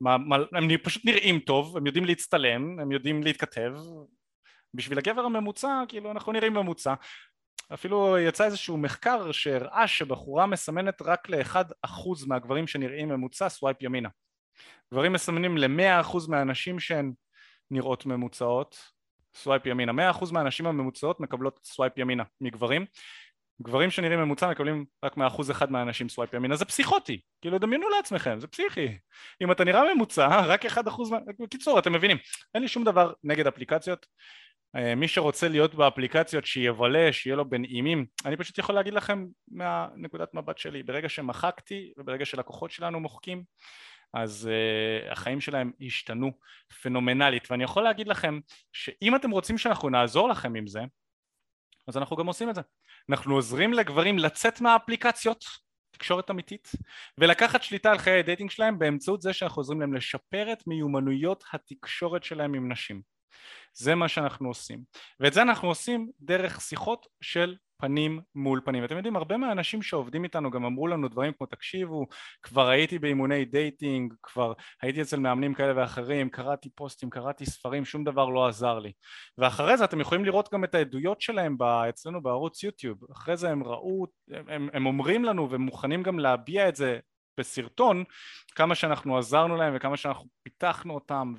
הם פשוט נראים טוב, הם יודעים להצטלם, הם יודעים להתכתב. בשביל הגבר הממוצע, כאילו אנחנו נראים ממוצע. אפילו יצא איזשהו מחקר שהראה שבחורה מסמנת רק ל1% מהגברים שנראים ממוצע סווייפ ימינה. גברים מסמנים ל100% מהאנשים שהן נראות ממוצעות סווייפ ימינה. 100% מהאנשים הממוצעות מקבלות סווייפ ימינה מגברים. גברים שנראים ממוצע מקבלים רק 1% מהאנשים סווייפ ימינה. זה פסיכוטי, כאילו דמיינו לעצמכם, זה פסיכי. אם אתה נראה ממוצע, רק 1%, בקיצור, אתם מבינים, אין לי שום דבר נגד אפליקציות. מי שרוצה להיות באפליקציות שיבלה, שיהיה לו בנעימים, אני פשוט יכול להגיד לכם מהנקודת מבט שלי, ברגע שמחקתי וברגע שלקוחות שלנו מוחקים, אז החיים שלהם השתנו פנומנלית, ואני יכול להגיד לכם שאם אתם רוצים שאנחנו נעזור לכם עם זה, אז אנחנו גם עושים את זה. אנחנו עוזרים לגברים לצאת מהאפליקציות, תקשורת אמיתית, ולקחת שליטה על חיי הדייטינג שלהם באמצעות זה שאנחנו עוזרים להם לשפר את מיומנויות התקשורת שלהם עם נשים. זה מה שאנחנו עושים, ואת זה אנחנו עושים דרך שיחות של פנים מול פנים. אתם יודעים, הרבה מהאנשים שעובדים איתנו גם אמרו לנו דברים כמו תקשיבו, כבר הייתי באימוני דייטינג, כבר הייתי אצל מאמנים כאלה ואחרים, קראתי פוסטים, קראתי ספרים, שום דבר לא עזר לי. ואחרי זה אתם יכולים לראות גם את העדויות שלהם אצלנו בערוץ יוטיוב. אחרי זה הם ראו, הם אומרים לנו ומוכנים גם להביע את זה בסרטון, כמה שאנחנו עזרנו להם וכמה שאנחנו פיתחנו אותם.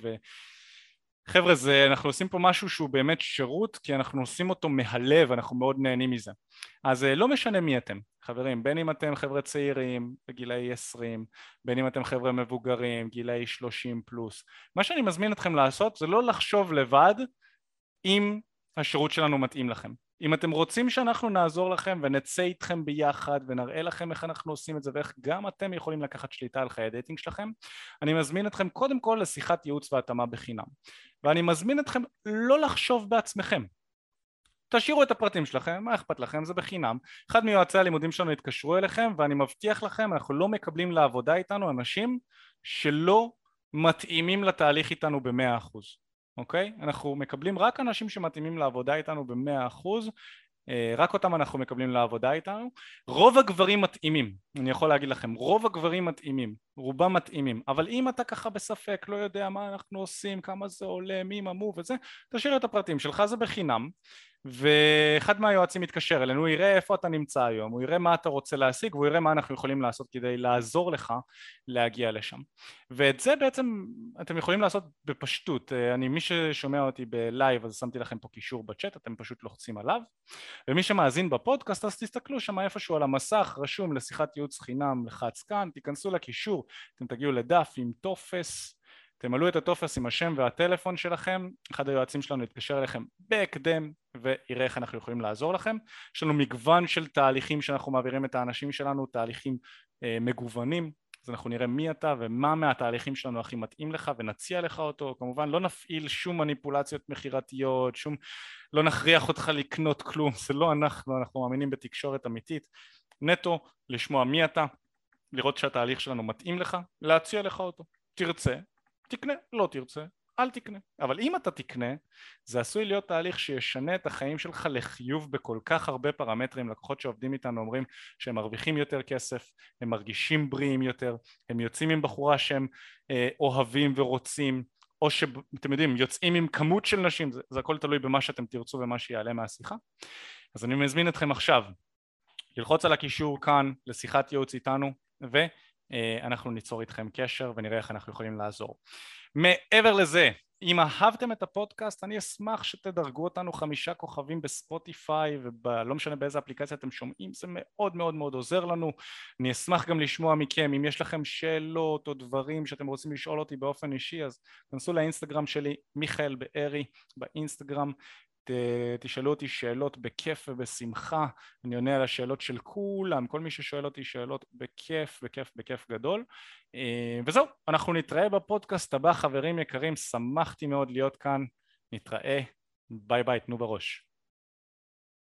חבר'ה, אנחנו עושים פה משהו שהוא באמת שירות, כי אנחנו עושים אותו מהלב, אנחנו מאוד נהנים מזה. אז לא משנה מי אתם, חברים, בין אם אתם חבר'ה צעירים בגילאי 20, בין אם אתם חבר'ה מבוגרים, גילאי 30 פלוס, מה שאני מזמין אתכם לעשות זה לא לחשוב לבד אם השירות שלנו מתאים לכם. אם אתם רוצים שאנחנו נעזור לכם ונצא איתכם ביחד ונראה לכם איך אנחנו עושים את זה ואיך גם אתם יכולים לקחת שליטה על חיי הדייטינג שלכם, אני מזמין אתכם קודם כל לשיחת ייעוץ והתאמה בחינם. ואני מזמין אתכם לא לחשוב בעצמכם. תשאירו את הפרטים שלכם, מה אכפת לכם, זה בחינם. אחד מיועצי הלימודים שלנו יתקשרו אליכם ואני מבטיח לכם, אנחנו לא מקבלים לעבודה איתנו אנשים שלא מתאימים לתהליך איתנו ב100%. אוקיי? אנחנו מקבלים רק אנשים שמתאימים לעבודה איתנו ב100%, רק אותם אנחנו מקבלים לעבודה איתנו. רוב הגברים מתאימים, אני יכול להגיד לכם, רוב הגברים מתאימים, רובם מתאימים, אבל אם אתה ככה בספק, לא יודע מה אנחנו עושים, כמה זה עולה, מי ממו וזה, תשאיר את הפרטים שלך, זה בחינם, ואחד מהיועצים יתקשר אלינו, הוא יראה איפה אתה נמצא היום, הוא יראה מה אתה רוצה להשיג, והוא יראה מה אנחנו יכולים לעשות כדי לעזור לך להגיע לשם. ואת זה בעצם אתם יכולים לעשות בפשטות. מי ששומע אותי בלייב אז שמתי לכם פה קישור בצ'אט, אתם פשוט לוחצים עליו, ומי שמאזין בפודקאסט אז תסתכלו שם איפשהו על המסך, רשום לשיחת ייעוץ חינם, לחץ כאן, תיכנסו לקישור, אתם תגיעו לדף עם טופס, תמלאו את הטופס עם השם והטלפון שלכם, אחד היועצים שלנו יתקשר אליכם בהקדם ויראה איך אנחנו יכולים לעזור לכם. יש לנו מגוון של תהליכים שאנחנו מעבירים את האנשים שלנו, תהליכים מגוונים, אז אנחנו נראה מי אתה ומה מהתהליכים שלנו הכי מתאים לך ונציע לך אותו. כמובן לא נפעיל שום מניפולציות מחירתיות, לא נכריח אותך לקנות כלום, זה לא אנחנו מאמינים בתקשורת אמיתית, נטו לשמוע מי אתה, לראות שהתהליך שלנו מתאים לך, להציע לך אותו, תרצה תקנה, לא תרצה, אל תקנה. אבל אם אתה תקנה, זה עשוי להיות תהליך שישנה את החיים שלך לחיוב בכל כך הרבה פרמטרים. לקוחות שעובדים איתנו אומרים שהם מרוויחים יותר כסף, הם מרגישים בריאים יותר, הם יוצאים עם בחורה שהם אוהבים ורוצים, או שאתם יודעים, יוצאים עם כמות של נשים, זה הכל תלוי במה שאתם תרצו ומה שיעלה מהשיחה. אז אני מזמין אתכם עכשיו ללחוץ על הקישור כאן לשיחת ייעוץ איתנו, אנחנו ניצור איתכם קשר ונראה איך אנחנו יכולים לעזור. מעבר לזה, אם אהבתם את הפודקאסט אני אשמח שתדרגו אותנו 5 כוכבים בספוטיפיי ולא משנה באיזה אפליקציה אתם שומעים, זה מאוד מאוד מאוד עוזר לנו. אני אשמח גם לשמוע מכם, אם יש לכם שאלות או דברים שאתם רוצים לשאול אותי באופן אישי אז תנסו לאינסטגרם שלי מיכאל בארי באינסטגרם, תשאלו אותי שאלות בכיף ובשמחה, אני עונה על השאלות של כולם, כל מי ששואל אותי שאלות בכיף בכיף בכיף גדול. וזהו, אנחנו נתראה בפודקאסט הבא חברים יקרים, שמחתי מאוד להיות כאן, נתראה, ביי ביי, תנו בראש.